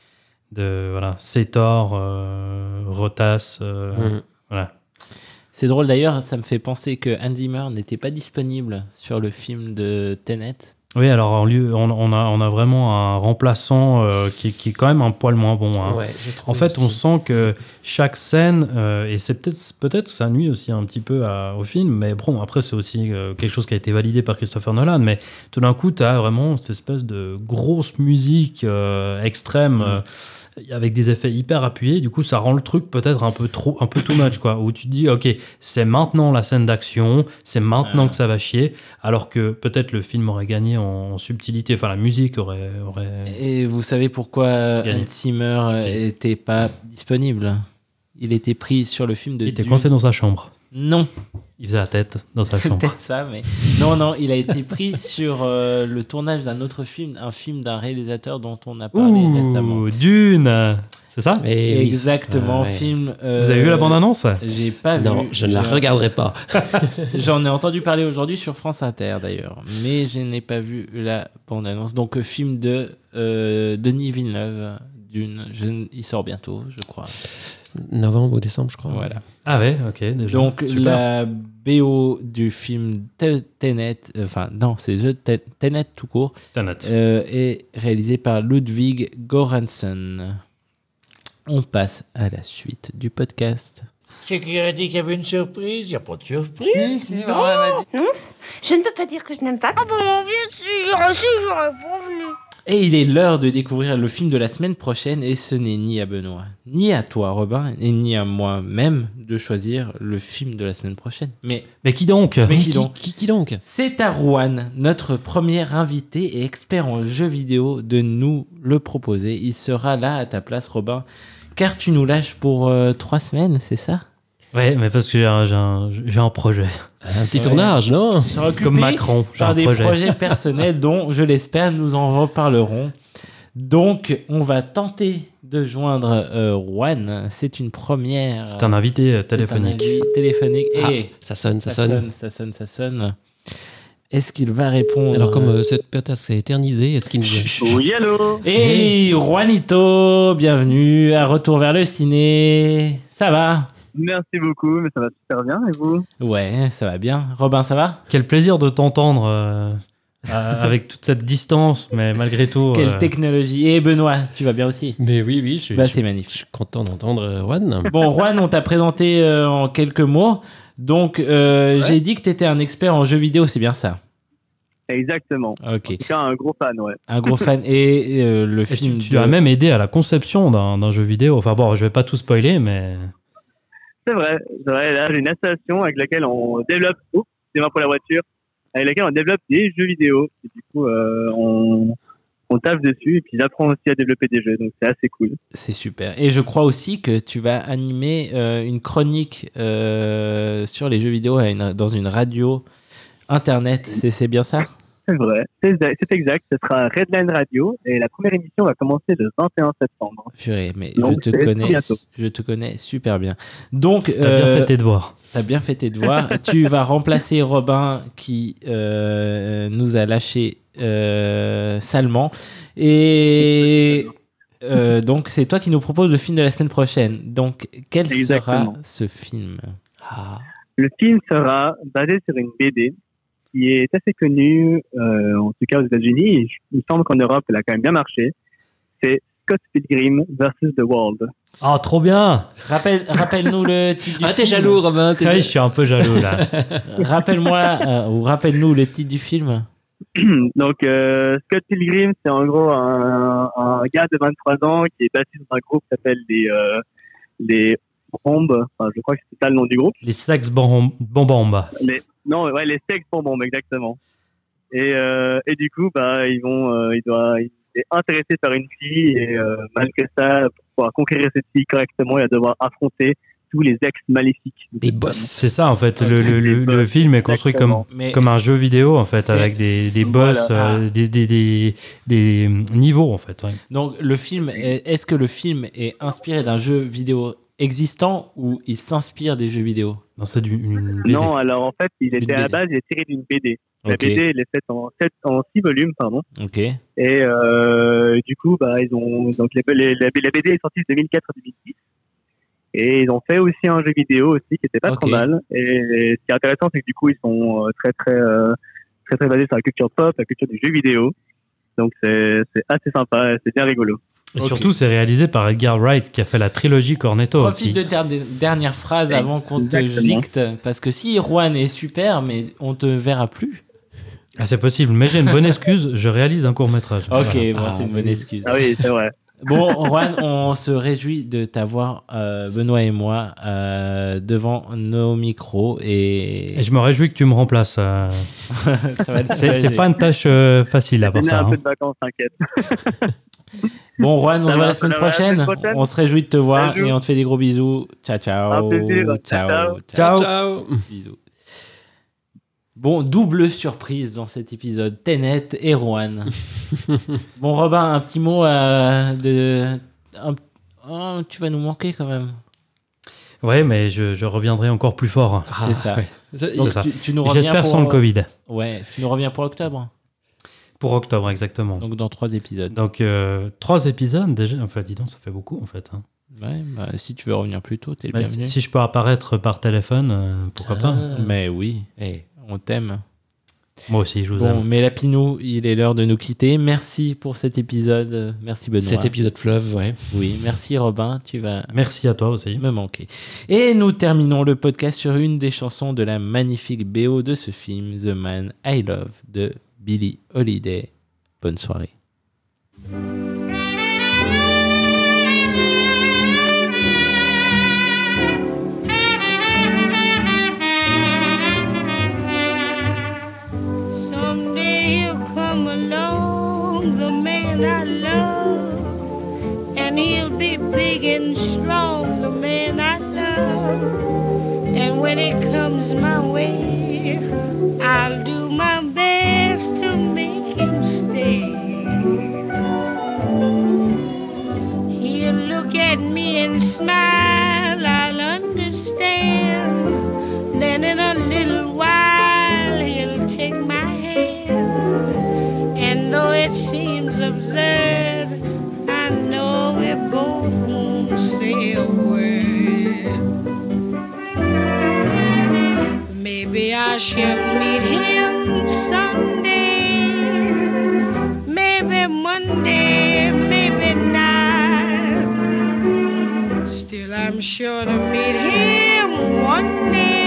de voilà, Sator, euh, Rotas, euh, mmh. voilà. C'est drôle d'ailleurs, ça me fait penser que Hans Zimmer n'était pas disponible sur le film de Tenet. Oui, alors en lieu, on, on, a, on a vraiment un remplaçant euh, qui, qui est quand même un poil moins bon. Hein. Ouais, en fait, aussi. on sent que chaque scène, euh, et c'est peut-être, peut-être que ça nuit aussi un petit peu à, au film, mais bon, après, c'est aussi euh, quelque chose qui a été validé par Christopher Nolan, mais tout d'un coup, tu as vraiment cette espèce de grosse musique euh, extrême, mmh. euh, avec des effets hyper appuyés, du coup ça rend le truc peut-être un peu trop, un peu too much, quoi, où tu te dis ok, c'est maintenant la scène d'action, c'est maintenant ouais. que ça va chier, alors que peut-être le film aurait gagné en subtilité, enfin la musique aurait... aurait Et vous savez pourquoi Hans Zimmer n'était pas disponible? Il était pris sur le film de Il était Dune. coincé dans sa chambre. Non. Il faisait la tête dans sa c'est chambre. C'est peut-être ça, mais... Non, non, il a été pris sur euh, le tournage d'un autre film, un film d'un réalisateur dont on a parlé Ouh, récemment. Dune. C'est ça? Et Exactement, oui. film... Euh, Vous avez vu la bande-annonce? J'ai pas non, vu. Non, je ne la regarderai pas. J'en ai entendu parler aujourd'hui sur France Inter, d'ailleurs. Mais je n'ai pas vu la bande-annonce. Donc, film de euh, Denis Villeneuve, Dune. Je, il sort bientôt, je crois. Novembre ou décembre, je crois. Voilà. Ah ouais, ok, déjà. Donc, super. La B O du film Tenet, enfin, non, c'est The Tenet tout court, Tenet. Euh, est réalisé par Ludwig Göransson. On passe à la suite du podcast. C'est qui a dit qu'il y avait une surprise? Il n'y a pas de surprise. Si, si, non, non, je ne peux pas dire que je n'aime pas. Ah bon, bien sûr, si j'aurais prévenu. Et il est l'heure de découvrir le film de la semaine prochaine, et ce n'est ni à Benoît, ni à toi, Robin, et ni à moi-même de choisir le film de la semaine prochaine. Mais, mais qui donc Mais qui, donc qui, qui donc C'est à Rouen, notre premier invité et expert en jeux vidéo, de nous le proposer. Il sera là à ta place, Robin, car tu nous lâches pour euh, trois semaines, c'est ça? Ouais, mais parce que j'ai un, j'ai un, j'ai un projet. Un petit ouais. tournage, non? Comme Macron, j'ai par un des projet. projets personnels dont, je l'espère, nous en reparlerons. Donc, on va tenter de joindre euh, Juan. C'est une première. C'est un invité téléphonique. C'est un invité téléphonique. Ah, Et ça sonne, ça, ça sonne. sonne. Ça sonne, ça sonne. Est-ce qu'il va répondre? Alors, comme euh, cette podcast s'est éternisée, est-ce qu'il nous... Oui, allô? Hey, Juanito, bienvenue à Retour vers le ciné. Ça va? Merci beaucoup, mais ça va super bien, et vous? Ouais, ça va bien. Robin, ça va? Quel plaisir de t'entendre euh, avec toute cette distance, mais malgré tout... Quelle euh... technologie. Et Benoît, tu vas bien aussi? Mais oui, oui, je suis, bah, je, c'est magnifique. Je suis content d'entendre euh, Juan. Bon, Juan, on t'a présenté euh, en quelques mots. Donc, euh, ouais. j'ai dit que tu étais un expert en jeux vidéo, c'est bien ça? Exactement. Ok. En tout cas, un gros fan, ouais. Un gros fan. Et euh, le Et film. Tu, tu de... as même aidé à la conception d'un, d'un jeu vidéo. Enfin bon, je vais pas tout spoiler, mais. C'est vrai. C'est vrai. Là, j'ai une association avec laquelle on développe. Oh, c'est moi pour la voiture. Avec laquelle on développe des jeux vidéo. Et du coup, euh, on. On taffe dessus et puis j'apprends aussi à développer des jeux, donc c'est assez cool. C'est super. Et je crois aussi que tu vas animer euh, une chronique euh, sur les jeux vidéo à une, dans une radio internet, c'est, c'est bien ça? C'est vrai, c'est, c'est exact, ce sera Redline Radio et la première émission va commencer le vingt et un septembre. Purée, mais donc, je te connais, je te connais super bien. Donc, t'as euh, bien fait tes devoirs. T'as bien fait tes devoirs. Tu vas remplacer Robin qui euh, nous a lâché euh, salement. Et euh, donc c'est toi qui nous proposes le film de la semaine prochaine. Donc quel Exactement. sera ce film? Ah. Le film sera basé sur une B D qui est assez connue, euh, en tout cas aux États-Unis. Et il me semble qu'en Europe, elle a quand même bien marché. C'est Scott Pilgrim versus The World. Ah, trop bien. Rappelle, rappelle-nous le titre du Ah, film. t'es jaloux, Robin. T'es... Ouais, je suis un peu jaloux là. Rappelle-moi, euh, ou rappelle-nous le titre du film. Donc, euh, Scott Pilgrim, c'est en gros un, un gars de vingt-trois ans qui est passé dans un groupe qui s'appelle les, euh, les Bombes. Enfin, je crois que c'est ça le nom du groupe. Les Sex Bomb- Bombomb. Les, non, ouais, les Sex Bombes, exactement. Et, euh, et du coup, bah, ils vont, euh, il doit, il est intéressé par une fille et euh, malgré ça, pour pouvoir conquérir cette fille correctement, il va devoir affronter tous les ex maléfiques. Des boss. C'est ça en fait. Okay. Le, le, le, le film est construit comme, Mais comme un jeu vidéo en fait, c'est- avec des, des boss, Voilà. euh, des, des, des, des niveaux en fait. Ouais. Donc le film, est- est-ce que le film est inspiré d'un jeu vidéo existant ou il s'inspire des jeux vidéo? Non, c'est du, une B D. Non, alors en fait, il était Une à la B D. base, il est tiré d'une B D. La Ok. B D, elle est faite en sept, en six volumes, pardon. Ok. Et euh, du coup, bah, ils ont donc les, les- la, la B D est sortie de deux mille quatre à deux mille six. Et ils ont fait aussi un jeu vidéo aussi qui était pas Ok. trop mal. Et, et ce qui est intéressant, c'est que du coup, ils sont euh, très très euh, très très basés sur la culture pop, la culture du jeu vidéo. Donc c'est c'est assez sympa, et c'est bien rigolo. Et Ok. surtout, c'est réalisé par Edgar Wright qui a fait la trilogie Cornetto. Profite Qui... de ta der- dernière phrase avant qu'on te Exactement. gicte, parce que si Juan est super, mais on te verra plus. Ah, c'est possible, mais j'ai une bonne excuse, je réalise un court métrage. Ok, Voilà. bon, c'est une bonne excuse. Ah oui, c'est vrai. Bon, Juan, on se réjouit de t'avoir, euh, Benoît et moi, euh, devant nos micros. Et, Et je me réjouis que tu me remplaces. euh. ça va le c'est, c'est soulager. pas une tâche euh, facile à part On a ça. un hein. peu de vacances, t'inquiète. Bon, Juan, on Ça se voit va, la semaine ça va, la prochaine. semaine prochaine. On se réjouit de te voir Salut. et on te fait des gros bisous. Ciao, ciao. Un plaisir. Ciao, Ciao. ciao. Ciao. Bisous. Bon, double surprise dans cet épisode. Tenet et Juan. Bon, Robin, un petit mot euh, de. un- oh, tu vas nous manquer quand même. Ouais, mais je, je reviendrai encore plus fort. C'est ça. ouais. Ça- Donc, C'est ça. tu, tu nous Et reviens j'espère pour- sans le Covid. Ouais, tu nous reviens pour octobre. Pour octobre, exactement. Donc dans trois épisodes. Donc, euh, trois épisodes déjà. Enfin, dis donc, ça fait beaucoup en fait. hein. Ouais, bah, si tu veux revenir plus tôt, t'es le Bah, bienvenu. si, si je peux apparaître par téléphone, euh, pourquoi pas. Ah. Mais oui, Eh. on t'aime. Moi aussi, je vous Bon, aime. mais Lapinou, il est l'heure de nous quitter. Merci pour cet épisode. Merci Benoît. Cet épisode fleuve, ouais. Oui, merci Robin, tu vas Merci à toi aussi. me manquer. Et nous terminons le podcast sur une des chansons de la magnifique B O de ce film, The Man I Love, de Billie Holiday. Bonne soirée. Someday he'll come along, the man I love, and he'll be big and strong, the man I love. And when it comes my way, I'll do my best to make him stay. He'll look at me and smile, I'll understand. Then in a little while he'll take my hand. And though it seems absurd, I know we both won't say a word. Maybe I shall meet him someday. Maybe Monday, maybe not. Still I'm sure to meet him one day.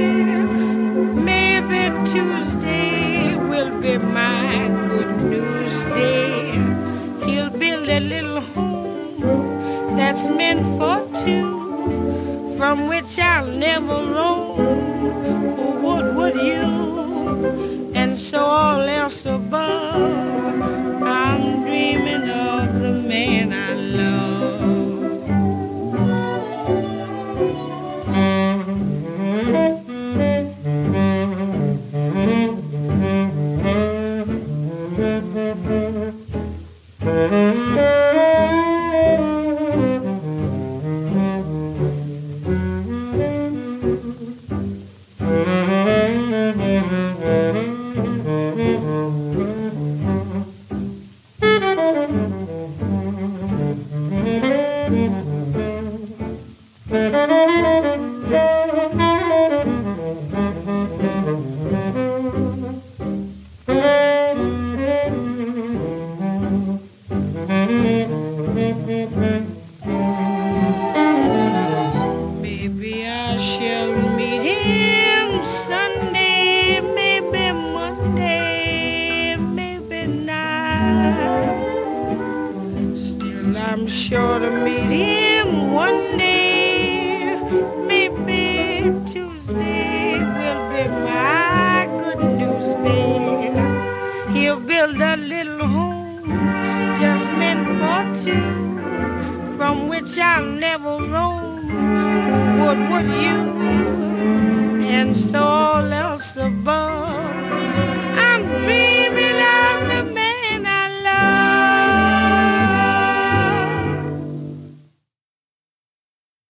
Maybe Tuesday will be my good news day. He'll build a little home that's meant for two, from which I'll never roam. What would you? And so all else above, I'm dreaming of the man I love. I'm sure to meet him one day. Maybe Tuesday will be my good news day. He'll build a little home just meant for two, from which I'll never roam. What would you? And so all else above.